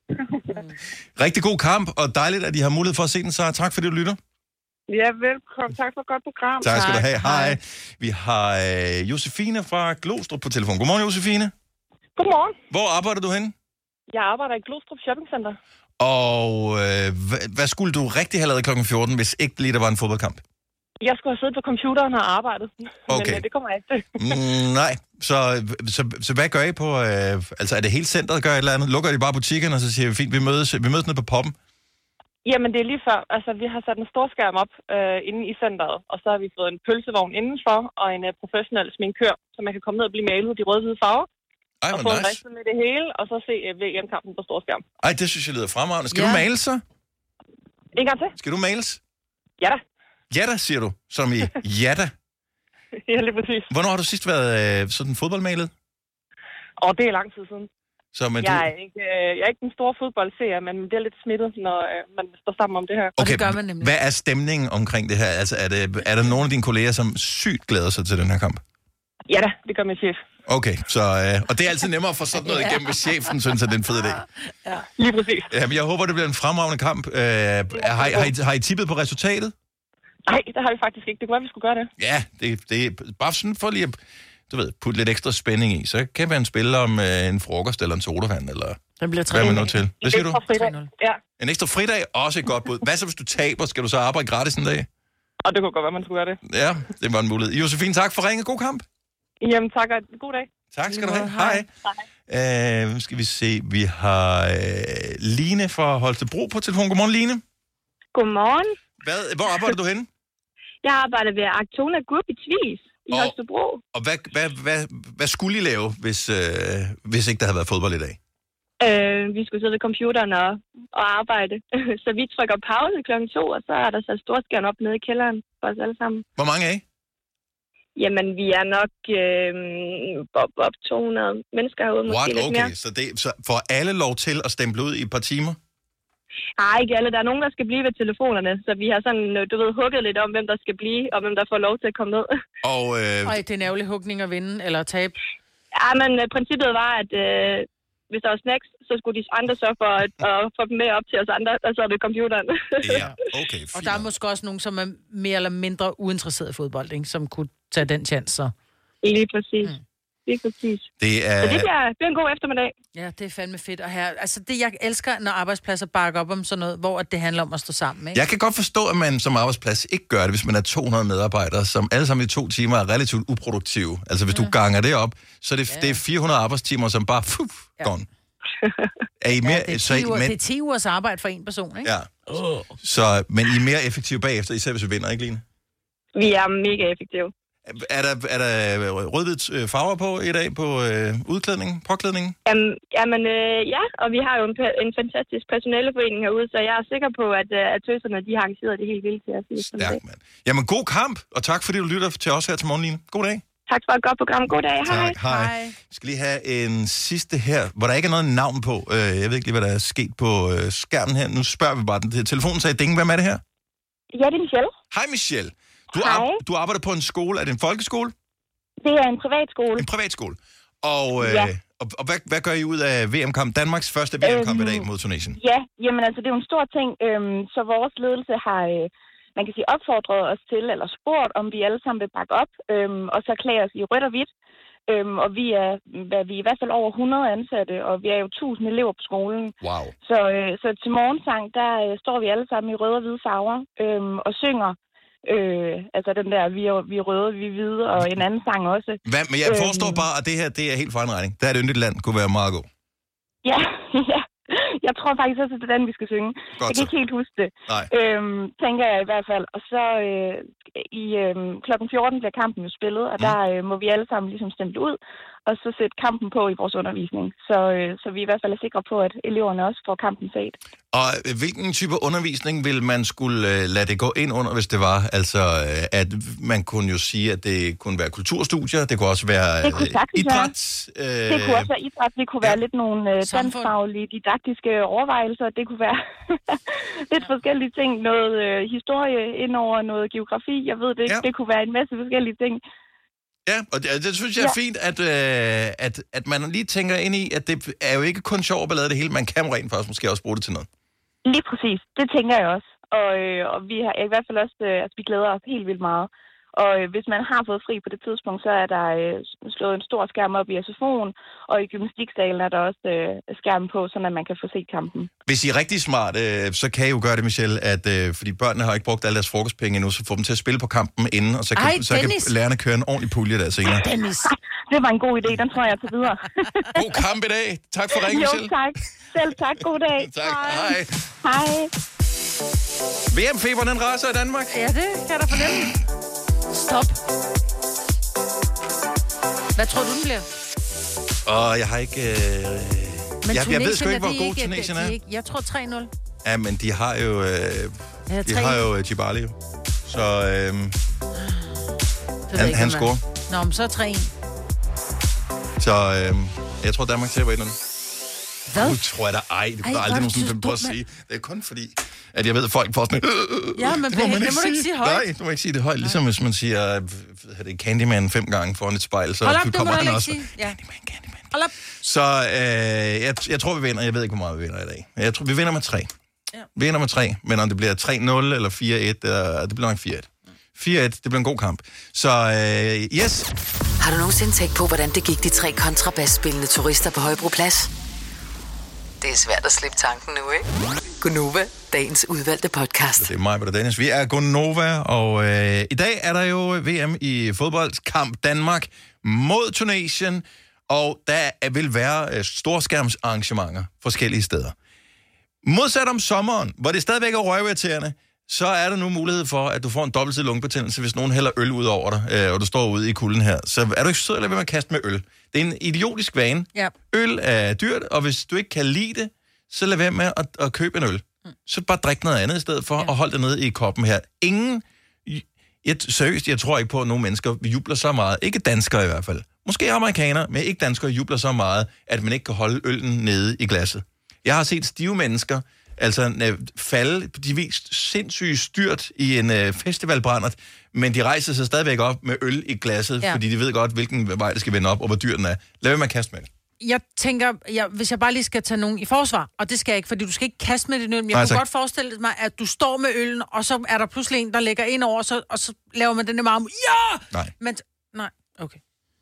Rigtig god kamp, og dejligt, at I har mulighed for at se den, så tak fordi du lytter. Ja, velkommen. Tak for et godt program. Tak skal du have. Hej. Vi har Josefine fra Glostrup på telefon. Godmorgen, Josefine. Godmorgen. Hvor arbejder du henne? Jeg arbejder i Glostrup Shopping Center. Og hvad skulle du rigtig have lavet kl. 14, hvis ikke lige der var en fodboldkamp? Jeg skulle have siddet på computeren og arbejdet, okay. Men det kommer jeg ikke til. Nej, så hvad gør I på... altså er det hele centret, gør et eller andet? Lukker de bare butikkerne, og så siger vi, fint, vi mødes nede på Poppen? Jamen, det er lige før. Altså, vi har sat en stor skærm op inde i centret, og så har vi fået en pølsevogn indenfor, og en professionel sminkør, så man kan komme ned og blive malet de røde-hvide farver. Ej, og få en ristet med det hele, og så se VM-kampen på stor skærm. Ej, det synes jeg lyder fremragende. Skal du males så? En gang til. Skal du males? Ja da. Ja da, siger du. Som i ja da. Ja, lige præcis. Hvornår har du sidst været sådan fodboldmalet? Og det er lang tid siden. Så, men jeg er ikke den store fodboldseer, men det er lidt smittet, når man står sammen om det her. Okay, og det gør man nemlig. Hvad er stemningen omkring det her? Altså, er der nogle af dine kolleger, som sygt glæder sig til den her kamp? Ja da, det gør min chef. Okay, så, og det er altid nemmere at få sådan noget igennem, hvis chefen synes, at det er en fed idé. Ja, lige præcis. Jamen, jeg håber, det bliver en fremragende kamp. Har I tippet på resultatet? Nej, det har vi faktisk ikke. Det kunne være, vi skulle gøre det. Ja, det er bare sådan for lige at putte lidt ekstra spænding i. Så kan man spille om en frokost eller en sodavand, eller den bliver 3-0. Hvad er man nu til? Hvad siger du? Ja. En ekstra fridag, også et godt bud. Hvad så, hvis du taber? Skal du så arbejde gratis en dag? Og det kunne godt være, man skulle gøre det. Ja, det var en mulighed. Josefine, tak for ringe. God kamp. Jamen, tak og god dag. Tak skal du have. Hej. Skal vi se. Vi har Line fra Holstebro på telefon. Godmorgen, Line. Godmorgen. Hvor arbejder du henne? Jeg arbejder ved Actona Group i Tvis i Holstebro. Og hvad skulle I lave, hvis ikke der havde været fodbold i dag? Vi skulle sidde ved computeren og arbejde. Så vi trykker pause kl. 2, og så er der så storskærm op nede i kælderen for os alle sammen. Hvor mange er I? Jamen, vi er nok op 200 mennesker herude, måske lidt mere. Så får alle lov til at stemple ud i et par timer? Nej, ikke alle. Der er nogen, der skal blive ved telefonerne, så vi har sådan, hugget lidt om, hvem der skal blive, og hvem der får lov til at komme ned. Og det er en ærgerlig hugning at vinde, eller tabe. Ja, men princippet var, at hvis der var snacks, så skulle de andre sørge for at få dem med op til os andre, og så er det computeren. Ja, okay. Og der er måske også nogen, som er mere eller mindre uinteresseret i fodbold, ikke? Som kunne tage den chance, så. Lige præcis. Lige præcis. Så det bliver en god eftermiddag. Ja, det er fandme fedt at have. Altså, det jeg elsker, når arbejdspladser bakker op om sådan noget, hvor det handler om at stå sammen, ikke? Jeg kan godt forstå, at man som arbejdsplads ikke gør det, hvis man er 200 medarbejdere, som alle sammen i 2 timer er relativt uproduktive. Altså, hvis du ganger det op, så det er 400 arbejdstimer, som bare gone. Er I mere, det er 10 ugers arbejde for en person, ikke? Ja. Men I er mere effektive bagefter, især hvis vi vinder, ikke, Line? Vi er mega effektive. Er der rød-hvid farver på i dag på påklædningen? Ja, og vi har jo en fantastisk personaleforening herude, så jeg er sikker på, at tøserne, de har arrangeret det helt vildt til at sige. Stærkt, mand. Jamen, god kamp, og tak fordi du lytter til os her til morgen, Line. God dag. Tak for et godt program. God dag. Tak. Hej. Vi skal lige have en sidste her, hvor der ikke er noget navn på. Jeg ved ikke lige, hvad der er sket på skærmen her. Nu spørger vi bare den. Telefonen sagde ding. Hvem er det her? Ja, det er Michelle. Hej, Michelle. Du arbejder på en skole. Er det en folkeskole? Det er en privatskole. En privatskole. Og hvad gør I ud af VM-kamp? Danmarks første VM-kamp i dag mod Tunesien. Ja, jamen altså, det er jo en stor ting. Så vores ledelse har, man kan sige, opfordret os til, eller spurgt, om vi alle sammen vil bakke op, og så klæde os i rødt og hvidt. Og vi er i hvert fald over 100 ansatte, og vi er jo 1000 elever på skolen. Wow. Så til morgensang, der står vi alle sammen i røde og hvide farver og synger. Altså den der, vi er røde, vi er hvide, og en anden sang også. Men jeg forstår bare, at det her, det er helt for en regning. Der er et yndigt land, kunne være meget god. Ja. Jeg tror faktisk også, at det er den, vi skal synge. Jeg kan ikke helt huske det. Tænker jeg i hvert fald. Og så klokken 14 bliver kampen jo spillet, og der må vi alle sammen ligesom stemple ud, og så sætte kampen på i vores undervisning. Så vi i hvert fald er sikre på, at eleverne også får kampen set. Og hvilken type undervisning vil man skulle lade det gå ind under, hvis det var? Altså, at man kunne jo sige, at det kunne være kulturstudier, det kunne også være idræt. Det kunne også være idræt, det kunne være lidt nogle dansfaglige, didaktiske overvejelser, det kunne være lidt forskellige ting, noget historie indover, noget geografi, jeg ved det ikke, det kunne være en masse forskellige ting. Ja, og det synes jeg er fint, at man lige tænker ind i, at det er jo ikke kun sjov at ballade det hele, man kan rent faktisk måske også bruge det til noget. Lige præcis, det tænker jeg også. Og vi har i hvert fald også, vi glæder os helt vildt meget. Og hvis man har fået fri på det tidspunkt, så er der slået en stor skærm op i SFO'en, og i gymnastiksalen er der også skærmen på, så man kan få set kampen. Hvis I er rigtig smart, så kan I jo gøre det, Michelle, at fordi børnene har ikke brugt alle deres frokostpenge endnu, så får dem til at spille på kampen inden, og så kan lærerne køre en ordentlig pulje der senere. Dennis, det var en god idé, den tror jeg til videre. God kamp i dag. Tak for ringen, Michelle. Jo, tak. Selv tak. God dag. Tak. Hej. Hej. VM-feber, den raser i Danmark. Ja, det kan jeg da fornemme. Stop. Hvad tror du, den bliver? Jeg har ikke... jeg ved sgu ikke, hvor god Tunesien er. Jeg tror 3-0. Ja, men de har jo... har jo Djibali. Så han scorer. Nå, men så 3-1. Så jeg tror, Danmark taber 1-0. Hvad? Nu tror jeg da det kunne aldrig nogensinde finde på at sige. Det er kun fordi, at jeg ved, at folk får sådan ja, men det må du ikke sige højt. Nej, du må ikke sige det højt. Ligesom hvis man siger, det er Candyman 5 gange foran et spejl, så kommer han også. Candyman. Hold op. Så jeg tror, vi vinder. Jeg ved ikke, hvor meget vi vinder i dag. Jeg tror, vi vinder med 3. Ja. Vi vinder med 3, men om det bliver 3-0 eller 4-1, det bliver nok 4-1. 4-1, det bliver en god kamp. Så yes. Har du nogensinde tænkt på, hvordan det gik de 3 kontrabasspillende turister på Højbroplads? Det er svært at slippe tanken nu, ikke? Gunova, dagens udvalgte podcast. Det er mig, og Dennis. Vi er Gunova, og i dag er der jo VM i fodboldkamp Danmark mod Tunesien, og der vil være storskærmsarrangementer forskellige steder. Modsat om sommeren, hvor det stadigvæk er røvirriterende, så er der nu mulighed for, at du får en dobbeltsidig lungebetændelse, hvis nogen hælder øl ud over dig, og du står ude i kulden her. Så er du ikke sød eller ved med at kaste med øl. Det er en idiotisk vane. Ja. Øl er dyrt, og hvis du ikke kan lide det, så lad være med at købe en øl. Så bare drik noget andet i stedet for, og hold det nede i koppen her. Seriøst, jeg tror ikke på, at nogle mennesker jubler så meget. Ikke danskere i hvert fald. Måske amerikanere, men ikke danskere jubler så meget, at man ikke kan holde øllen nede i glasset. Jeg har set stive mennesker, altså falde de vist sindssygt styrt i en festivalbrændert, men de rejser sig stadigvæk op med øl i glasset, fordi de ved godt, hvilken vej det skal vende op, og hvor dyr den er. Lad være med at kaste med det. Jeg tænker, hvis jeg bare lige skal tage nogen i forsvar, og det skal jeg ikke, fordi du skal ikke kaste med din øl, men jeg kunne godt forestille mig, at du står med øllen, og så er der pludselig en, der lægger ind over, og så laver man den der marm. Ja! Nej. Men, nej, okay.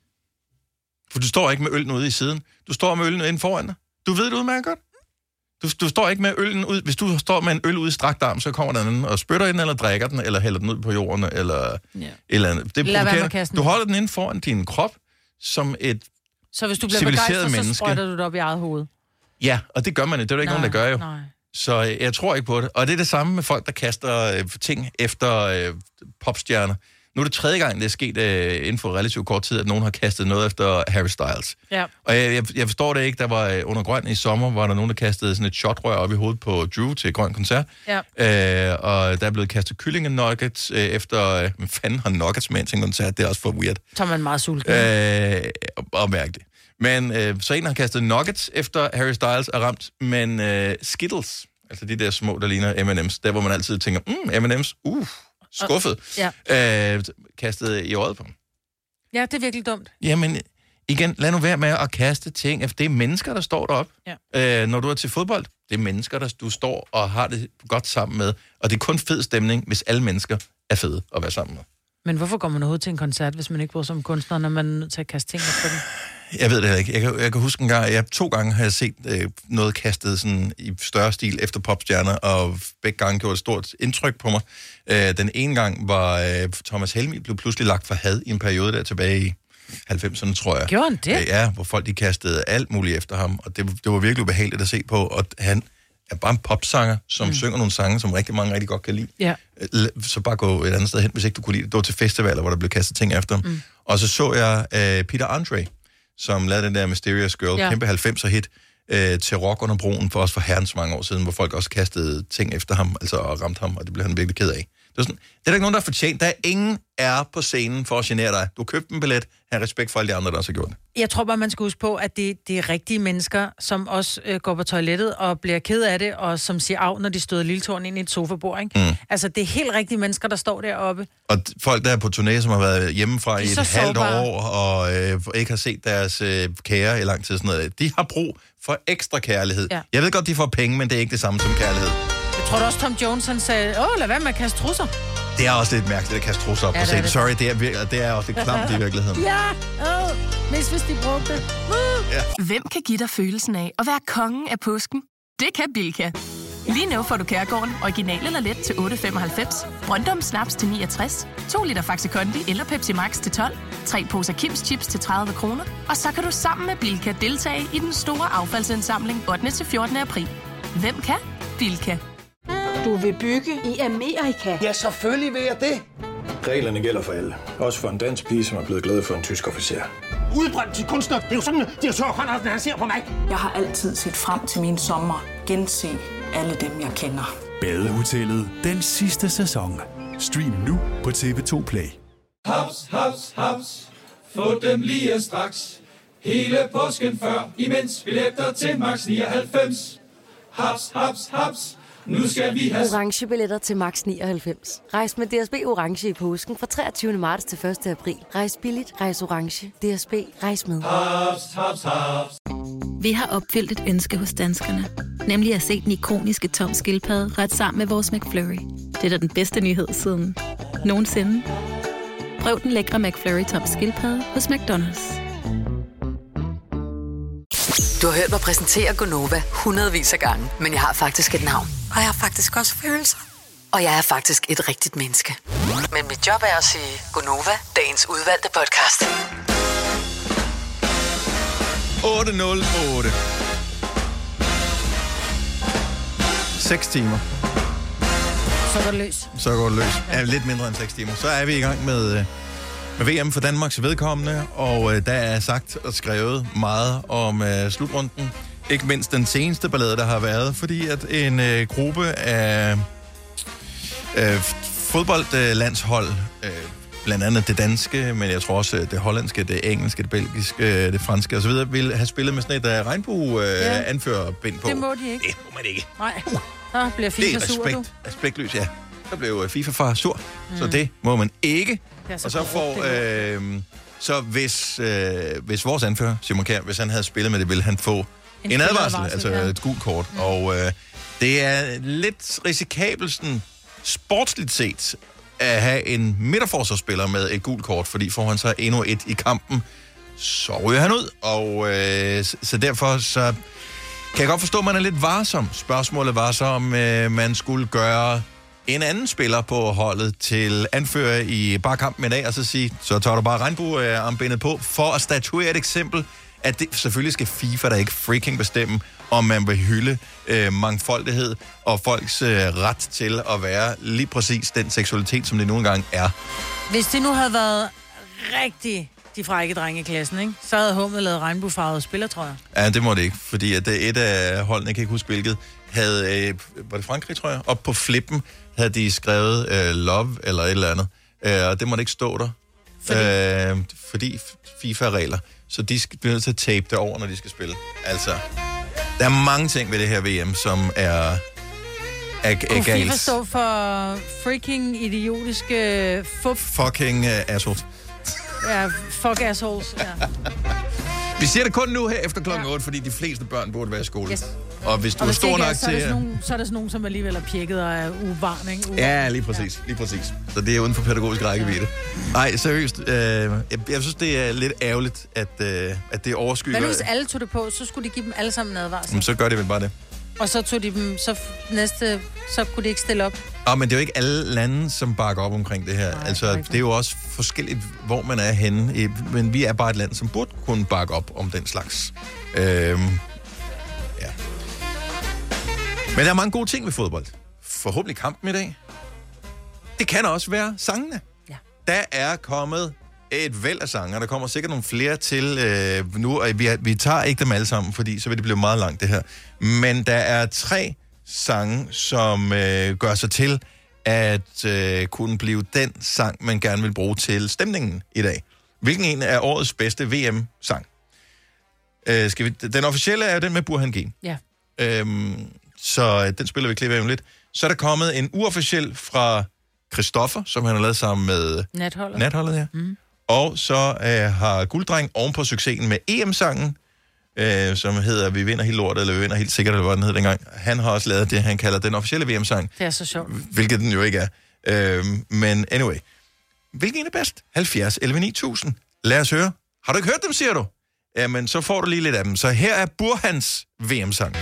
For du står ikke med øllen ude i siden. Du står med øllen inde foran dig. Du ved det udmærket godt. Du står ikke med øllen ud. Hvis du står med en øl ude i strakt arm, så kommer der anden og spytter den, eller drikker den, eller hælder den ud på jorden, eller eller andet. Det er provokerende. Du holder den inde foran din krop, som et så hvis du bliver begejstret, så sprøjter du det op i eget hoved. Ja, og det gør man ikke. Det er der ikke nogen, der gør jo. Nej. Så jeg tror ikke på det. Og det er det samme med folk, der kaster ting efter popstjerner. Nu er det 3. gang, det er sket inden for relativt kort tid, at nogen har kastet noget efter Harry Styles. Ja. Og jeg forstår det ikke. Der var under Grøn i sommer, var der nogen, der kastede sådan et shotrør op i hovedet på Drew til Grøn Koncert. Ja. Og der er blevet kastet kyllingenuggets efter... Hvad fanden har nuggets med til en koncert? Det er også for weird. Så er man meget sulten. Og mærkeligt. Men så en har kastet nuggets efter Harry Styles er ramt, men Skittles, altså de der små, der ligner M&M's, der hvor man altid tænker, M&M's, skuffet, kastet i øjet på dem. Ja, det er virkelig dumt. Jamen, igen, lad nu være med at kaste ting, for det er mennesker, der står deroppe. Ja. Når du er til fodbold, det er mennesker, der du står og har det godt sammen med, og det er kun fed stemning, hvis alle mennesker er fede at være sammen med. Men hvorfor går man overhovedet til en koncert, hvis man ikke bor som kunstner, når man er nødt til at kaste ting efter dem? Jeg ved det ikke. Jeg kan huske en gang, 2 gange har jeg set noget kastet sådan i større stil efter popstjerner, og begge gange gjorde et stort indtryk på mig. Den ene gang var Thomas Helmig blev pludselig lagt for had i en periode der tilbage i 90'erne, tror jeg. Gjorde han det? Ja, hvor folk de kastede alt muligt efter ham, og det var virkelig ubehageligt at se på, og han er bare en popsanger, som synger nogle sange, som rigtig mange rigtig godt kan lide. Ja. Så bare gå et andet sted hen, hvis ikke du kunne lide det. Det var til festivaler, hvor der blev kastet ting efter ham. Og så jeg Peter Andre, som lavede den der Mysterious Girl, kæmpe 90'er hit, til rock under broen for herrens mange år siden, hvor folk også kastede ting efter ham, altså og ramte ham, og det blev han virkelig ked af. Det er der ikke nogen, der har fortjent. Der er ingen på scenen for at genere dig. Du har købt en billet, have respekt for alle de andre, der også har gjort det. Jeg tror bare, man skal huske på, at det er rigtige mennesker, som også går på toilettet og bliver ked af det, og som siger af, når de støder lilletårn ind i et sofabord, ikke? Mm. Altså, det er helt rigtige mennesker, der står deroppe. Og folk, der er på turné, som har været hjemmefra i et halvt år, og ikke har set deres kære i lang tid, sådan noget, de har brug for ekstra kærlighed. Ja. Jeg ved godt, de får penge, men det er ikke det samme som kærlighed. Jeg tror da også, Tom Jones, han sagde, lad være med at kaste trusser. Det er også lidt mærkeligt at kaste trusser op på scenen. Sorry, det er også lidt klamt i virkeligheden. Ja, mest hvis de brugte det. Ja. Hvem kan give dig følelsen af at være kongen af påsken? Det kan Bilka. Lige nu får du Kærgården original eller let til 8,95, Brøndum Snaps til 69, 2 liter Faxi Kondi eller Pepsi Max til 12, 3 poser Kims Chips til 30 kroner, og så kan du sammen med Bilka deltage i den store affaldsindsamling 8. til 14. april. Hvem kan? Bilka. Du vil bygge i Amerika? Ja, selvfølgelig vil jeg det. Reglerne gælder for alle. Også for en dansk pige, som er blevet glad for en tysk officer. Udbrændt til kunstner. Det er jo sådan, at direktør Conradsen, han ser på mig. Jeg har altid set frem til min sommer. Gense alle dem, jeg kender. Badehotellet den sidste sæson. Stream nu på TV2 Play. Haps, haps, haps. Få dem lige straks. Hele påsken før, imens billetter til max 99. Haps, haps, haps. Nu skal vi have orange billetter til max 99. Rejs med DSB orange i påsken fra 23. marts til 1. april. Rejs billigt, rejs orange. DSB, rejs med. Haps, haps, haps. Vi har opfyldt et ønske hos danskerne. Nemlig at se den ikoniske Tom Skildpadde ret sammen med vores McFlurry. Det er da den bedste nyhed siden nogensinde. Prøv den lækre McFlurry Tom Skildpadde hos McDonald's. Du har hørt mig præsentere Gonova hundredvis af gange, men jeg har faktisk et navn. Og jeg har faktisk også følelser. Og jeg er faktisk et rigtigt menneske. Men mit job er at sige Gonova, dagens udvalgte podcast. 808. 6 timer. Så går det løs. Så går det løs. Ja, lidt mindre end 6 timer. Så er vi i gang med VM for Danmarks vedkommende, og der er sagt og skrevet meget om slutrunden. Ikke mindst den seneste ballade, der har været, fordi at en gruppe af fodboldlandshold, blandt andet det danske, men jeg tror også det hollandske, det engelske, det belgiske, det franske osv., ville have spillet med sådan et regnbue-anførerbind på. Det må de ikke. Det må man ikke. Nej, så bliver FIFA sur, du. Det er respektløs, ja. Så blev FIFA far sur, så det må man ikke. Og så får... så hvis vores anfører, Simon Kjær, hvis han havde spillet med det, ville han få en advarsel, altså et gult kort. Ja. Og det er lidt risikabelt sådan, sportsligt set at have en midterforsvarsspiller med et gult kort, fordi får han så endnu et i kampen, så ryger han ud. Og så derfor så kan jeg godt forstå, at man er lidt varsom. Spørgsmålet var så, om man skulle gøre en anden spiller på holdet til anfører i bare kampen i dag, og så sige, så tager du bare regnbuearmbindet på, for at statuere et eksempel, at det selvfølgelig skal FIFA der ikke freaking bestemme, om man vil hylde mangfoldighed og folks ret til at være lige præcis den seksualitet, som det nogle gange er. Hvis det nu havde været rigtig de frække drenge i klassen, ikke? Så havde Hummel lavet regnbuefarvede spillertrøjer. Ja, det må det ikke, fordi at et af holdene, jeg kan ikke huske hvilket, havde, var det Frankrig, tror jeg, op på flippen havde de skrevet love eller et eller andet, og det måtte ikke stå der, fordi FIFA-regler, så de bliver nødt til at tape det over, når de skal spille. Altså, der er mange ting ved det her VM, som er galt. FIFA står for freaking idiotiske fucking assholes. Ja, fuck assholes, ja. Vi siger det kun nu her efter klokken 8, fordi de fleste børn burde være i skole. Yes. Og hvis du er stor nok til... Så er der sådan nogen, som alligevel er pjekket og er uvarn, ikke? Ja, lige præcis. Lige præcis. Så det er uden for pædagogisk rækkevidde. Nej, seriøst. Jeg synes, det er lidt ærgerligt, at det overskygger... Men hvis alle tog det på, så skulle de give dem alle sammen en advarsel. Så gør de vel bare det. Og så tog de dem... Så kunne de ikke stille op. Men det er jo ikke alle lande, som bakker op omkring det her. Nej, altså, det er jo også forskelligt, hvor man er henne. Men vi er bare et land, som burde kunne bakke op om den slags. Ja. Men der er mange gode ting ved fodbold. Forhåbentlig kampen i dag. Det kan også være sangene. Ja. Der er kommet et væld af sange, og der kommer sikkert nogle flere til nu, og vi tager ikke dem alle sammen, fordi så vil det blive meget langt, det her. Men der er 3 sange, som gør sig til at kunne blive den sang, man gerne vil bruge til stemningen i dag. Hvilken en er årets bedste VM-sang? Den officielle er jo den med Burhan G. Ja. Så den spiller vi klip af lidt. Så er der kommet en uofficiel fra Christoffer, som han har lavet sammen med Natholdet, ja. Mm. Og så har Gulddreng oven på succesen med EM-sangen, som hedder Vi vinder helt lortet, eller Vi vinder helt sikkert, eller hvad den hed dengang. Han har også lavet det, han kalder den officielle VM-sang. Det er så sjovt. Hvilket den jo ikke er. Men anyway. Hvilken er bedst? 70 11 9000. Lad os høre. Har du ikke hørt dem, siger du? Jamen, så får du lige lidt af dem. Så her er Burhans VM-sang.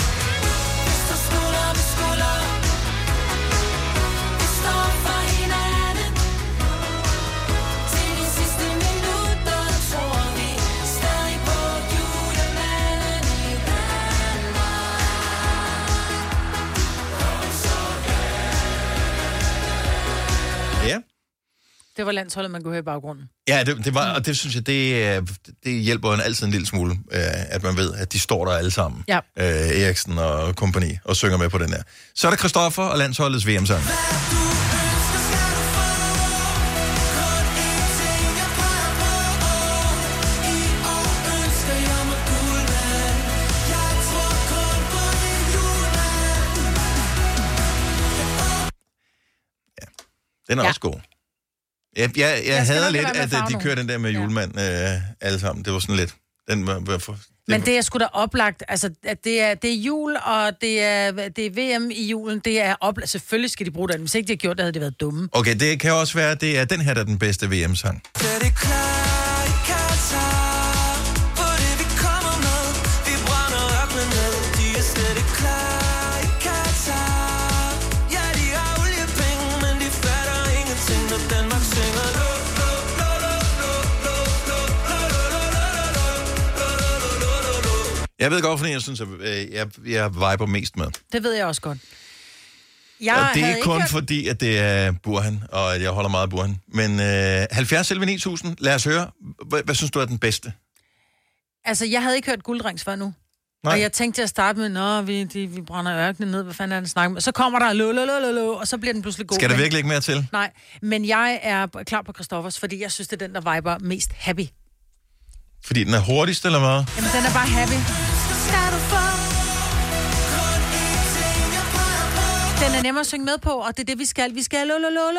Det var landsholdet, man kunne høre i baggrunden. Ja, det var, og det synes jeg, det hjælper en altid en lille smule, at man ved, at de står der alle sammen. Ja. Eriksen og kompagni, og synger med på den her. Så er der Christoffer og landsholdets VM-sang. Den er også god. Jeg hader lidt, at de kører den der med julemand alle sammen. Det var sådan lidt... Men det er sgu da oplagt. Altså, at det er jul, og det er VM i julen. Det er oplagt. Selvfølgelig skal de bruge den. Hvis ikke de har gjort det, havde det været dumme. Okay, det kan også være, det er den her, der er den bedste VM-sang. Jeg ved godt, fordi jeg synes, at jeg viber mest med. Det ved jeg også godt. Og det er ikke kun fordi, at det er Burhan, og at jeg holder meget af Burhan. Men 70 11 9000, lad os høre. Hvad synes du er den bedste? Altså, jeg havde ikke hørt Gulddrengs før nu. Nej. Og jeg tænkte til at starte med, vi brænder ørkenen ned, hvad fanden er den snak med? Så kommer der og så bliver den pludselig god. Skal der virkelig ikke mere til? Nej, men jeg er klar på Christoffers, fordi jeg synes, det er den, der viber mest happy. Fordi den er hurtigst, eller hvad? Jamen, den er bare happy. Den er nemmere at synge med på, og det er det, vi skal. Vi skal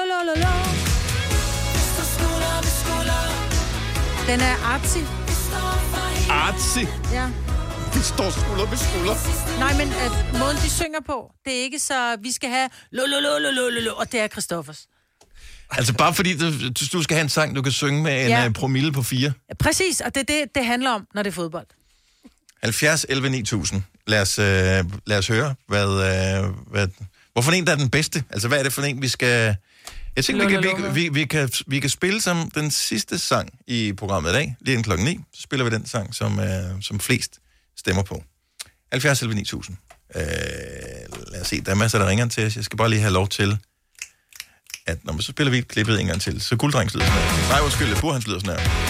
Den er artsy. Artsy? Ja. Vi står skulder ved skulder. Nej, men måden, de synger på, det er ikke så, vi skal have og det er Christoffers. Altså bare fordi du skal have en sang, du kan synge med en promille på 4. Præcis, og det er det handler om, når det er fodbold. 70 11 9000. Lad os høre, hvorfor en, der er den bedste? Altså, hvad er det for en, vi skal... Jeg tænker, vi kan spille som den sidste sang i programmet i dag, lige inden klokken 9. Så spiller vi den sang, som flest stemmer på. 70 11 9000. Lad os se, der er masser, der ringer til os. Jeg skal bare lige have lov til, at så spiller vi klippet en gang til. Så Gulddrengs lyder sådan her. Nej, undskyld, Burhans lyder sådan her.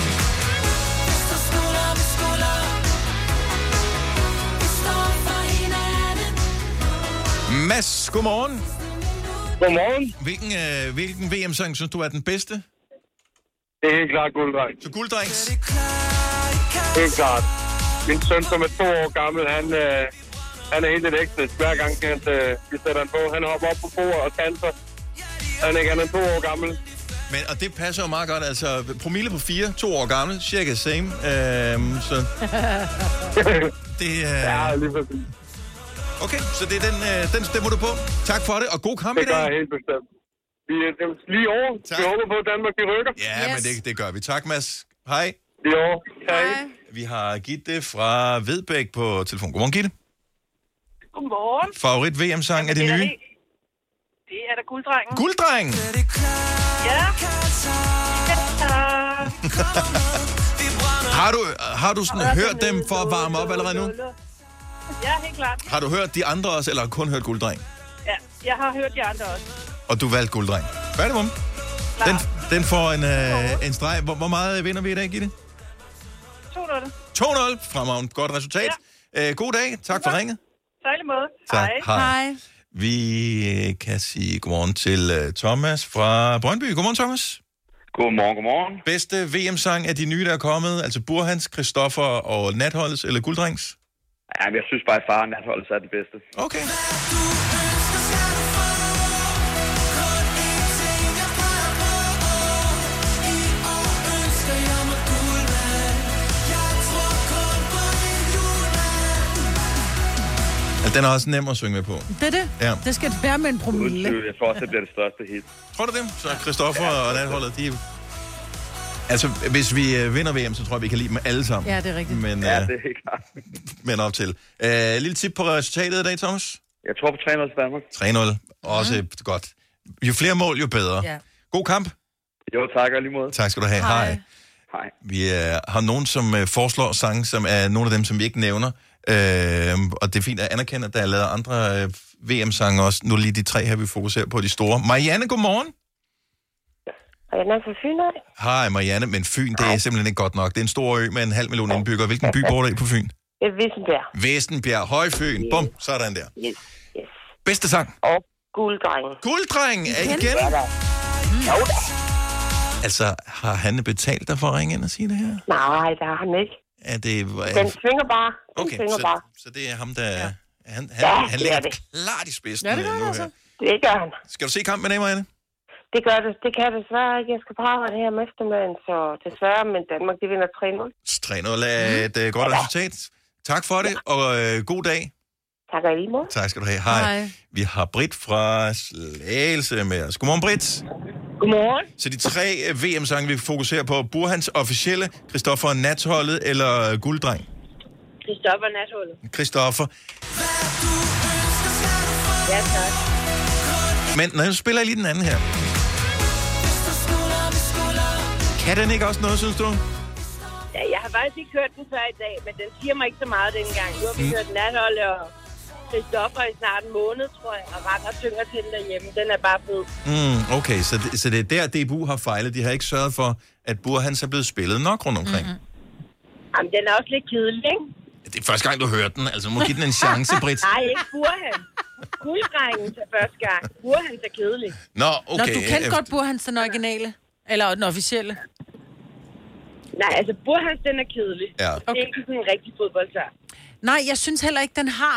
Mads, godmorgen. Godmorgen. Hvilken VM-sang synes du er den bedste? Det er helt klart Gulddreng. Så Gulddrengs? Helt klart. Min søn, som er 2 år gammel, han er helt elektrisk. Hver gang vi sætter han på, han hopper op på bordet og danser. Han er 2 år gammel. Og det passer jo meget godt. Altså, promille på 4, 2 år gammel, cirka same. Så det ja, lige præcis. Okay, så det er den stemmer du på. Tak for det, og god kamp i dag. Det gør jeg helt bestemt. Vi er lige over. Tak. Vi håber på, at Danmark de rykker. Ja, yes. Men det gør vi. Tak, Mads. Hej. Lige over. Hej. Vi har Gitte fra Vedbæk på telefon. Godmorgen, Gitte. Godmorgen. Favorit VM-sang er det nye? Det er da Gulddrengen. Gulddrengen? Ja. Har du sådan hørt dem for at varme op allerede nu? Ja, helt klart. Har du hørt de andre også, eller kun hørt Gulddreng? Ja, jeg har hørt de andre også. Og du valgte Gulddreng. Færdig, mum. Den får en streg. Hvor meget vinder vi i dag, Gitte? 2-0. 2-0. Fremragende. Godt resultat. Ja. God dag. Tak for ringet. Tak i måde. Tak. Hej. Vi kan sige godmorgen til Thomas fra Brøndby. Godmorgen, Thomas. Godmorgen. Bedste VM-sang af de nye, der er kommet? Altså Burhans, Christoffer og Natholdets eller Gulddrengs? Ja, jeg synes bare, at far Natholdets er den bedste. Okay. Altså, den er også nem at synge med på. Det er det? Ja. Det skal være med en promille. Jeg tror også, det bliver det største hit. Tror du det? Så Christoffer og Natholdet, de... Altså, hvis vi vinder VM, så tror jeg, vi kan lide dem alle sammen. Ja, det er rigtigt. Ja, det er helt klart. Men op til. Lille tip på resultatet i dag, Thomas? Jeg tror på 3-0 til Danmark. 3-0. Også godt. Jo flere mål, jo bedre. Ja. God kamp. Jo, tak og lige måde. Tak skal du have. Hej. Vi har nogen, som foreslår sange, som er nogle af dem, som vi ikke nævner. Og det er fint at anerkende, at der er lavet andre VM-sange også. Nu lige de 3 her, vi fokuserer på de store. Marianne, godmorgen. Marianne er fra Fyn. Hej Marianne, men Fyn, det er simpelthen ikke godt nok. Det er en stor ø med 500.000 indbyggere. Hvilken by bor der i på Fyn? Vissenbjerg. Vissenbjerg, Højfyn. Bum, sådan der. Yes. Bedste sang? Og Gulddrengen. Gulddrengen? Igen? Ja, da. Jo da. Altså, har han betalt dig for at ringe ind og sige det her? Nej, det har han ikke. Den svinger bare. Okay, så det er ham, der... Ja. Han ligger klart i spidsen. Ja, det gør han altså. Det gør han. Skal du se kampen med dig, Marianne? Det gør det. Det kan jeg desværre ikke. Jeg skal på arbejde her om eftermiddagen, så desværre, men Danmark, de vinder 3-0. 3-0 er et godt resultat. Tak for det, og god dag. Tak og lige måde. Tak skal du have. Hej. Vi har Britt fra Slagelse med os. Godmorgen, Britt. Godmorgen. Så de 3 VM-sange, vi fokuserer på. Burhans officielle, Christoffer Natholdet eller Gulddreng? Christoffer Natholdet. Christoffer. Ja, tak. Men når jeg spiller lige den anden her. Kan den ikke også noget, synes du? Ja, jeg har faktisk ikke hørt den før i dag, men den siger mig ikke så meget dengang. Nu har vi hørt Natholdet og Christoffer i snart en måned, tror jeg, og ret og tynger til den derhjemme. Den er bare fed. Okay, så det er der, DBU har fejlet. De har ikke sørget for, at Burhans er blevet spillet nok rundt omkring. Jamen, den er også lidt kedelig, ikke? Det er første gang, du hørte den. Altså, må give den en chance, Britt. Nej, ikke Burhans. Gulddrengen til første gang. Burhans er kedelig. Nå, okay. Nå, du kendte godt Burhans, den originale? Eller den officielle? Nej, altså Burhans, den er kedelig. Ja. Det er ikke sådan en rigtig fodboldsang. Nej, jeg synes heller ikke, den har...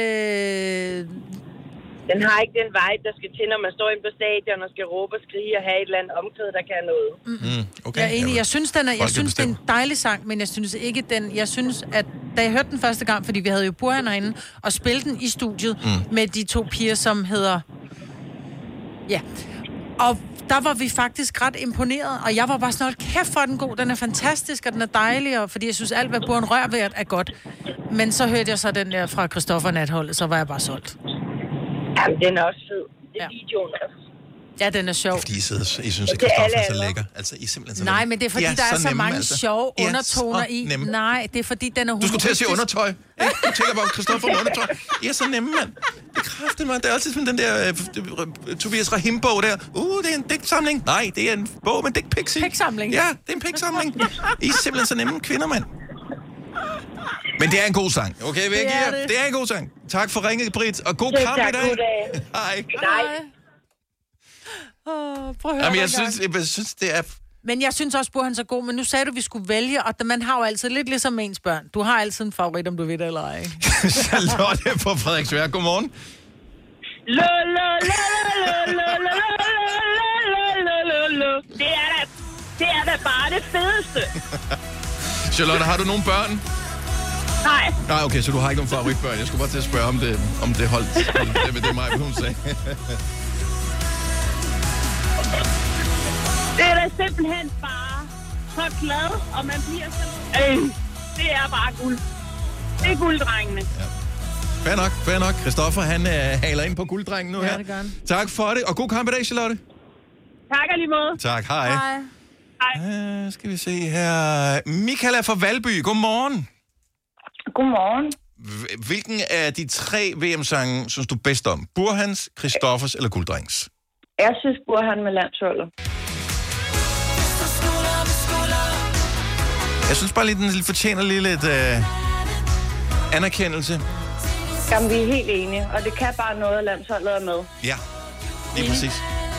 Den har ikke den vibe, der skal til, når man står inde på stadion og skal råbe og skrige og have et eller andet omkvæd, der kan noget. Okay. Jeg er enig. Jeg synes, det er en dejlig sang, men jeg synes ikke, jeg synes, at da jeg hørte den første gang, fordi vi havde jo Burhan herinde, og spille den i studiet med de 2 piger, som hedder... Ja. Og der var vi faktisk ret imponeret, og jeg var bare sådan, kæft for den god, den er fantastisk, og den er dejlig, og fordi jeg synes, alt, hvad Burhan rører ved, er godt. Men så hørte jeg så den der fra Christoffer Natholdet, så var jeg bare solgt. Jamen, den er også fed. Det er videoen også. Ja, den er sjov. Fordi I synes, at Christoffer er så lækker. Altså, I er simpelthen så nej, men det er fordi, der er så mange sjove undertoner i. Nemme. Nej, det er fordi, den er humoristisk. Du skulle til at sige undertøj. Ikke? Du tænker bare Christoffer med undertøj. I er så nemme, mand. Det er kraftigt, mand. Det er altid sådan den der Tobias Rahim-bog der. Det er en digtsamling. Nej, det er en bog med digtpics i. Piksamling. Ja, det er en piksamling. I er simpelthen så nemme kvinder, mand. Men det er en god sang. Okay, vi ikke her. Det er en god sang. Tak for ringet, Britt, og god kamp i dag. Hej. Prøv at høre. Jamen, jeg synes, det er... Men jeg synes også, Burhan er god, men nu sagde du, at vi skulle vælge, og man har jo altid lidt ligesom ens børn. Du har altid en favorit, om du ved det eller ej. Charlotte på Frederiksværk, godmorgen. Det er da bare det fedeste. Charlotte, har du nogle børn? Nej. Nej, okay, så du har ikke nogen favoritbørn. Jeg skulle bare til at spørge, om det holdt. Det er mig, hun sagde. Det er da simpelthen bare så glad, og man bliver så... det er bare guld. Det er gulddrengene. Ja. Fair nok. Christoffer, han haler ind på gulddrengen nu her. Ja, det gør han. Tak for det, og god kamp i dag, Charlotte. Tak og lige måde. Tak, hej. Hej. Skal vi se her. Michael er fra Valby. Godmorgen. Godmorgen. Hvilken af de 3 VM-sange synes du bedst om? Burhans, Christoffers eller Gulddrengs? Jeg synes Burhan med landsholdet. Jeg synes bare lige, den fortjener lige lidt anerkendelse. Jamen, vi er helt enige, og det kan bare noget, at landsholdet er med. Ja, lige præcis.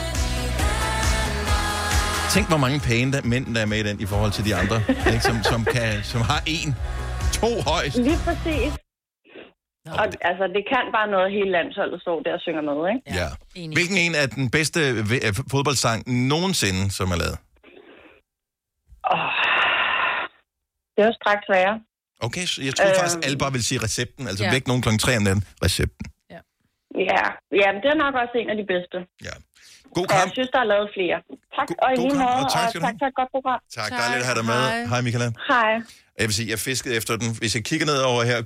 Tænk, hvor mange pæne mænd, der er med i den, i forhold til de andre, ikke? Som har 2 højst. Lige præcis. Og altså, det kan bare noget, hele landsholdet står der og synger med, ikke? Ja. Hvilken en er den bedste fodboldsang nogensinde, som er lavet? Det er jo straks værre. Okay, så jeg troede faktisk, at alle bare ville sige recepten. Altså væk nogen klokken 3 om natten. Recepten. Ja, men det er nok også en af de bedste. Ja. God kamp. Jeg synes, der er lavet flere. Tak, og i lige måde, og tak for et godt program. Tak, dejligt at have dig med. Hej, Michaela. Hej. Jeg vil sige, jeg fiskede efter den. Hvis jeg kigger ned over her,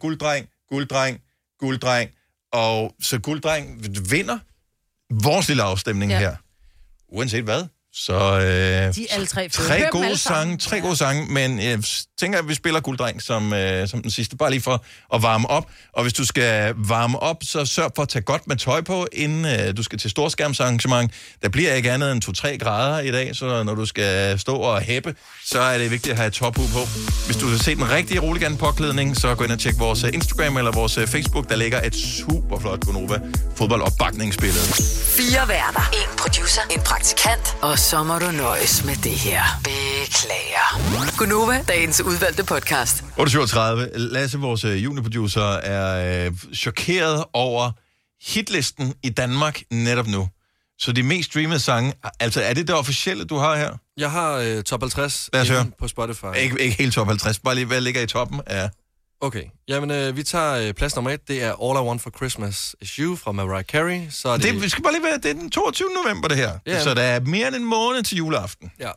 gulddreng, og så gulddreng vinder vores lille afstemning her. Uanset hvad. Så de er alle tre gode sange, men jeg tænker, at vi spiller Gulddreng som den sidste, bare lige for at varme op. Og hvis du skal varme op, så sørg for at tage godt med tøj på, inden du skal til storskærmsarrangement. Der bliver ikke andet end 2-3 grader i dag, så når du skal stå og hæppe, så er det vigtigt at have et tophue på. Hvis du vil se den rigtige Roligan-påklædning, så gå ind og tjek vores Instagram eller vores Facebook. Der ligger et super flot Gonova fodboldopbakningsbillede. 4 værter, 1 producer, 1 praktikant, og så må du nøjes med det her. Beklager. Gonova, dagens udvalgte podcast. 8:37. Lasse, vores juniorproducer, er chokeret over hitlisten i Danmark netop nu. Så de mest streamede sange, altså er det officielle, du har her? Jeg har top 50 på Spotify. Ikke helt top 50, bare lige hvad ligger i toppen af... Okay, jamen vi tager plads nummer 1, det er All I Want for Christmas Is You fra Mariah Carey. Så er det skal bare lige være, det er den 22. november det her, så der er mere end en måned til juleaften. Ja.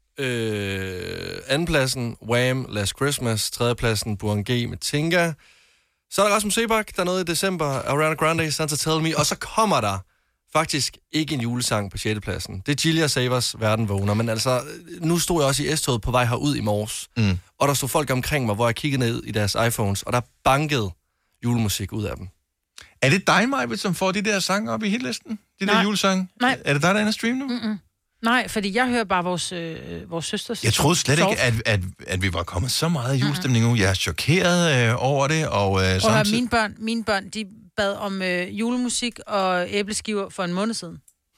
Andenpladsen, Wham! Last Christmas. Tredjepladsen, Burhan G. med Tinga. Så er der Rasmus Sebak, der er noget i december, Ariana Grande, Santa Tell Me, og så kommer der faktisk ikke en julesang på 6. pladsen. Det er Gilia Savers Verden Vågner, men altså, nu stod jeg også i S-toget på vej herud i morges, og der stod folk omkring mig, hvor jeg kiggede ned i deres iPhones, og der bankede julemusik ud af dem. Er det dig, Majbet, som får de der sange op i hitlisten? Der julesange? Nej. Er det dig, der er inde at streame nu? Mm-mm. Nej, fordi jeg hører bare vores søsters... Jeg troede slet ikke, at vi var kommet så meget i julestemning nu. Jeg er chokeret over det, og samtidig... Mine børn, de bad om julemusik og æbleskiver for en måned siden.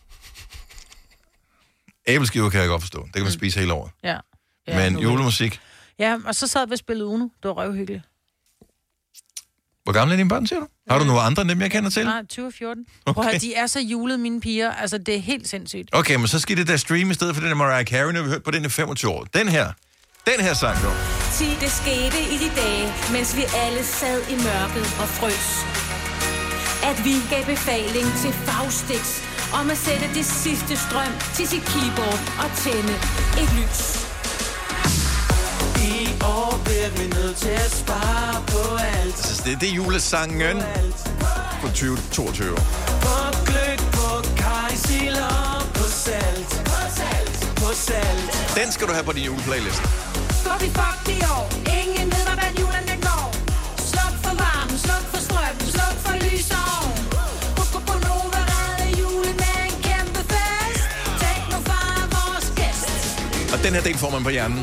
Æbleskiver kan jeg godt forstå. Det kan man spise hele året. Ja. Men julemusik... Ja, og så sad vi og spillede Uno. Det var røvhyggeligt. Hvor gamle er dine børn, siger du? Har du nogle andre end dem, jeg kender til? Nej, 20 og 14. Okay. De er så julede, mine piger. Altså, det er helt sindssygt. Okay, men så skal det der streame i stedet for den der Mariah Carey, når vi hørte på den i 25 år. Den her sang, jo. Det skete i de dage, mens vi alle sad i mørket og frøs. At vi gav befaling til Faustix om at sætte det sidste strøm til sit keyboard og tænde et lys. I år bliver vi nødt til at spare på alt. Altså, det er julesangen på 2022. På gløgg, på kajsild og på salt. På salt. Den skal du have på din juleplaylist. For vi fucked i år. Ingen ved, hvordan julen den går. Sluk for varmen, sluk for strøm, sluk for lys og ovn. Husk på Nova, redde julen med en kæmpe fest. Techno far vores gæst. Og den her del får man på hjernen.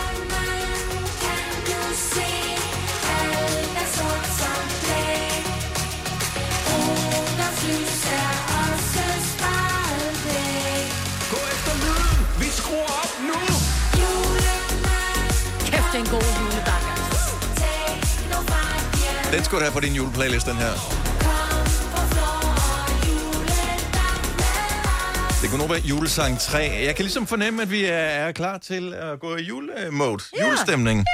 En god julebakke. Den skal du have på din juleplaylist, den her. Det kunne nu være julesang 3. Jeg kan ligesom fornemme, at vi er klar til at gå i julemode. Julestemning.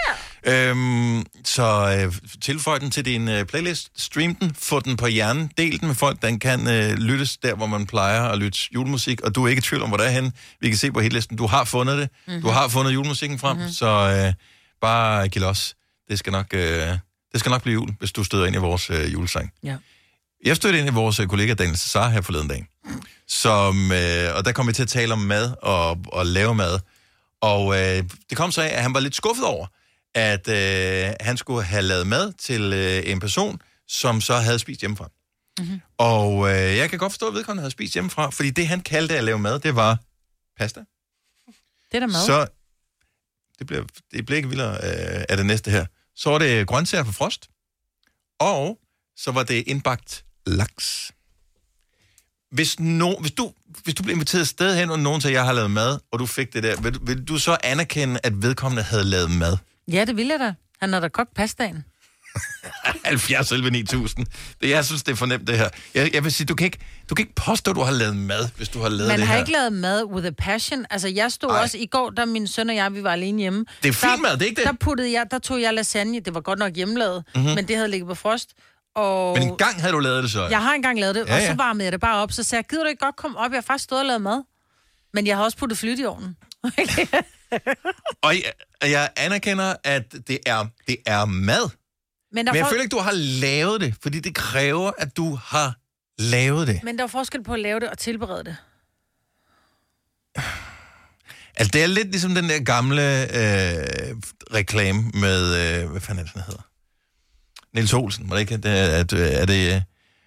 Så tilføj den til din playlist. Stream den. Få den på hjernen. Del den med folk. Den kan lyttes der, hvor man plejer at lytte julemusik. Og du er ikke i tvivl om, hvor det er henne. Vi kan se på hitlisten. Du har fundet det. Du har fundet julemusikken frem. Så bare giv los. Det skal nok blive jul, hvis du støder ind i vores julesang. Ja. Jeg stødte ind i vores kollega Daniel Cesar her forleden dag. Og der kom vi til at tale om mad og lave mad. Og det kom så af, at han var lidt skuffet over, at han skulle have lavet mad til en person, som så havde spist hjemmefra. Mm-hmm. Og jeg kan godt forstå, at vedkommende havde spist hjemmefra, fordi det, han kaldte at lave mad, det var pasta. Det er der mad. Så det bliver ikke vildere af det næste her. Så var det grøntsager på frost, og så var det indbagt laks. Hvis du blev inviteret et sted hen, og nogen sagde, jeg har lavet mad, og du fik det der, vil du så anerkende, at vedkommende havde lavet mad? Ja, det ville jeg da. Han har da kogt pastaen. 70 11 9000. Jeg synes, det er fornemt, det her. Jeg vil sige, du kan ikke påstå, at du har lavet mad, hvis du har lavet det her. Man har ikke lavet mad with a passion. Altså, jeg stod også i går, da min søn og jeg, vi var alene hjemme. Det er fint mad, det er ikke det? Der tog jeg lasagne. Det var godt nok hjemmelavet, men det havde ligget på frost. Og men en gang havde du lavet det så? Jeg har engang lavet det, og så varmede jeg det bare op. Så sagde jeg, gider du ikke godt komme op? Jeg har faktisk stået og lavet mad. Men jeg har også puttet flyt i ovnen. Og jeg anerkender, at det er mad. Men jeg føler ikke, du har lavet det, fordi det kræver, at du har lavet det. Men der er forskel på at lave det og tilberede det. Altså, det er lidt ligesom den der gamle reklame med, hvad fanden er det, den hedder? Niels Olsen, var det ikke? Er det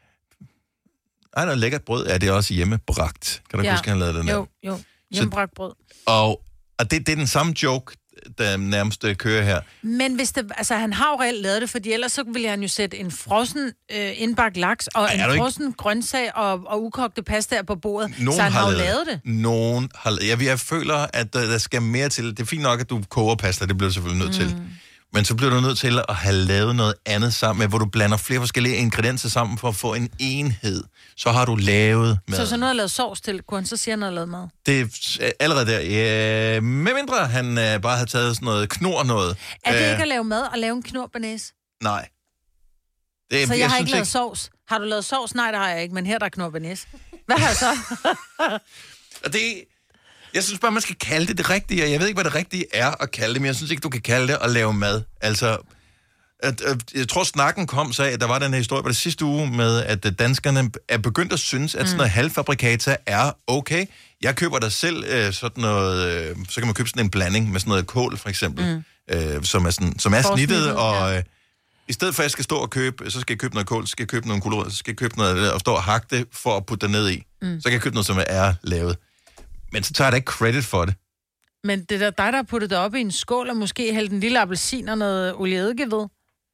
noget lækkert brød? Er det også hjemmebragt? Kan du huske, han lavede den der? Jo. Hjemmebragt brød. Og det er den samme joke, der nærmest kører her. Men hvis det, altså, han har jo reelt lavet det, fordi ellers så ville han jo sætte en frossen indbagt laks og en frossen grøntsag og ukogte pastaer på bordet. Så han har jo lavet det. Nogen har lavet det. Jeg føler, at der skal mere til. Det er fint nok, at du koger pasta, det bliver du selvfølgelig nødt til. Men så bliver du nødt til at have lavet noget andet sammen med, hvor du blander flere forskellige ingredienser sammen for at få en enhed. Så har du lavet mad. Så noget at lave sovs til, kunne han så sige, at han har lavet mad? Det er allerede der. Ja, med mindre han bare har taget sådan noget knor noget. Er det ikke at lave mad og lave en knor banæs? Nej. Så jeg har ikke lavet sovs. Har du lavet sovs? Nej, det har jeg ikke, men her der er knor banæs. Hvad har jeg så? Og jeg synes bare, man skal kalde det rigtige, og jeg ved ikke, hvad det rigtige er at kalde det, men jeg synes ikke, du kan kalde det at lave mad. Altså, jeg tror, snakken kom så af, at der var den her historie på det sidste uge med, at danskerne er begyndt at synes, at sådan noget halvfabrikata er okay. Jeg køber der selv sådan noget, så kan man købe sådan en blanding med sådan noget kål, for eksempel, som er snittet, og i stedet for, at jeg skal stå og købe, så skal jeg købe noget kål, så skal jeg købe nogle gulerødder, så skal jeg købe noget og stå og hakke det for at putte det ned i. Så kan jeg købe noget, som er lavet. Men så tager jeg da ikke credit for det. Men det er dig, der har puttet det op i en skål, og måske hældt en lille appelsin og noget olieeddike ved.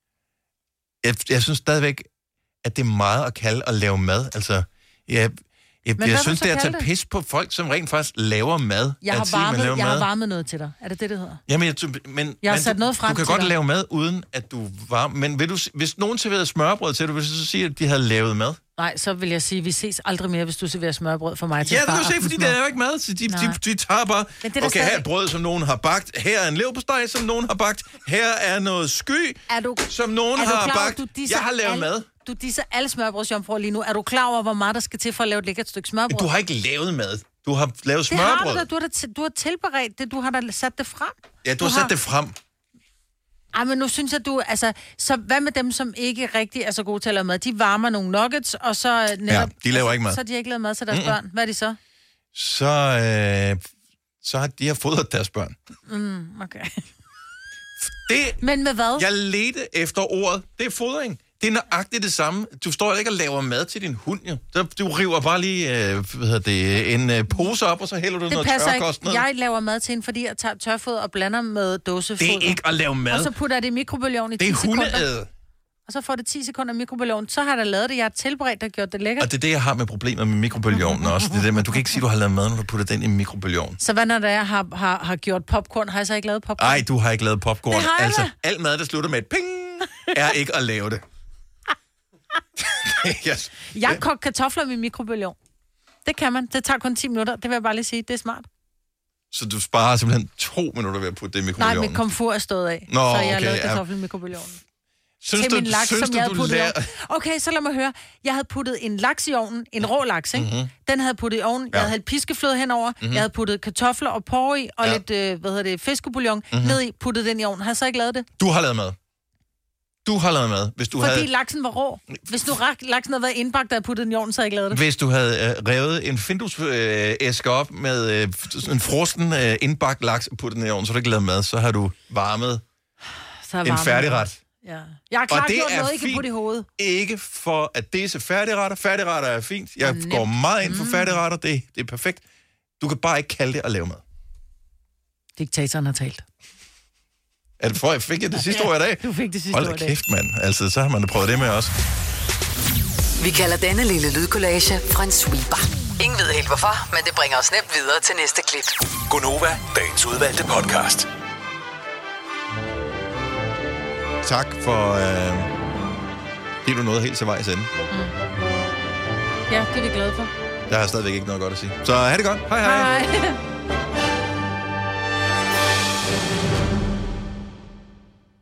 Jeg synes stadigvæk, at det er meget at kalde at lave mad. Altså, jeg synes, det er at tage pis på folk, som rent faktisk laver mad. Jeg har varmet noget til dig. Er det det hedder? Jamen, jeg har sat noget frem du kan godt lave mad, uden at du varmer. Men hvis nogen serverede smørbrød til dig, vil du så sige, at de havde lavet mad? Nej, så vil jeg sige, at vi ses aldrig mere, hvis du serverer smørbrød for mig til far. Ja, du se, fordi det er jo ikke mad. Så de tager bare, okay, her er et brød, som nogen har bagt. Her er en leverpostej, som nogen har bagt. Her er noget sky, som nogen har bagt. Jeg har lavet mad. Du disser alle smørbrødsjomfruer lige nu. Er du klar over, hvor meget der skal til for at lave et lækkert stykke smørbrød? Du har ikke lavet mad. Du har lavet smørbrød. Det har du har tilberedt det. Du har da sat det frem. Ja, du har sat det frem. Ej, men nu synes jeg, så hvad med dem, som ikke rigtig er så gode til at lave mad? De varmer nogle nuggets, og så netop... Ja, de laver ikke mad. Så har de ikke lavet mad til deres børn. Hvad er de så? Så har de fodret deres børn. Okay. Men med hvad? Jeg ledte efter ordet. Det er fodring. Det er nøjagtigt det samme. Du står ikke og laver mad til din hund, jo. Du river bare lige en pose op, og så hælder du noget tørkost ned. Jeg laver mad til hende, fordi jeg tager tørfod og blander med dåsefoder. Det er ikke at lave mad. Og så putter jeg det i mikrobølgeovnen i 10 sekunder. Det er hundeæd. Og så får det 10 sekunder i mikrobølgeovnen. Så har jeg da lavet det. Jeg har tilberedt og gjort det lækkert. Og det er det, jeg har med problemer med mikrobølgeovnen også. Det er det, men du kan ikke sige, at du har lavet mad, når du putter den i mikrobølgeovnen. Så hvad når jeg har gjort popcorn? Har jeg så ikke lavet popcorn? Nej, du har ikke lavet popcorn. Det har jeg altså, alt mad, der slutter med et ping, er ikke at lave det. Yes. Jeg koger kartofler i min mikrobølgeovn. Det kan man. Det tager kun 10 minutter. Det vil jeg bare lige sige. Det er smart. Så du sparer simpelthen 2 minutter ved at putte det i mikrobølgeovnen? Nej, mit komfur er stået af. Så jeg har lavet kartofler i mikrobølgeovnen. Synes til min laks, som jeg havde puttet i ovnen. Okay, så lad mig høre. Jeg havde puttet en laks i ovnen. En rå laks, ikke? Mm-hmm. Den havde puttet i ovnen. Jeg havde hældt piskefløde henover. Mm-hmm. Jeg havde puttet kartofler og porre i. Og lidt fiskebouillon ned i. Puttet den i ovnen. Har jeg så ikke lavet det? Du har lavet mad. Du har lavet mad. Fordi laksen var rå. Hvis nu laksen havde været indbagt, og puttet den i ovnen, så havde jeg ikke lavet det. Hvis du havde revet en Findus-æske op med en frosten indbagt laks og puttet den i ovnen, så har du ikke lavet mad, så har du varmet en færdigret. Ja. Jeg har klart gjort noget, ikke putte i hovedet. Ikke for at det er færdigretter. Færdigretter er fint. Jeg går meget ind for færdigretter. Det er perfekt. Du kan bare ikke kalde det at lave mad. Diktatoren har talt. Fik jeg det sidste ord i dag? Du fik det sidste ord i dag. Hold da kæft, mand. Altså, så har man da prøvet det med også. Vi kalder denne lille lydkollage en sweeper. Ingen ved helt hvorfor, men det bringer os nemt videre til næste klip. Gonova, dagens udvalgte podcast. Tak for... giver du noget helt til vejs ende. Ja, det er vi glade for. Jeg har stadigvæk ikke noget godt at sige. Så have det godt. Hej hej. Hej.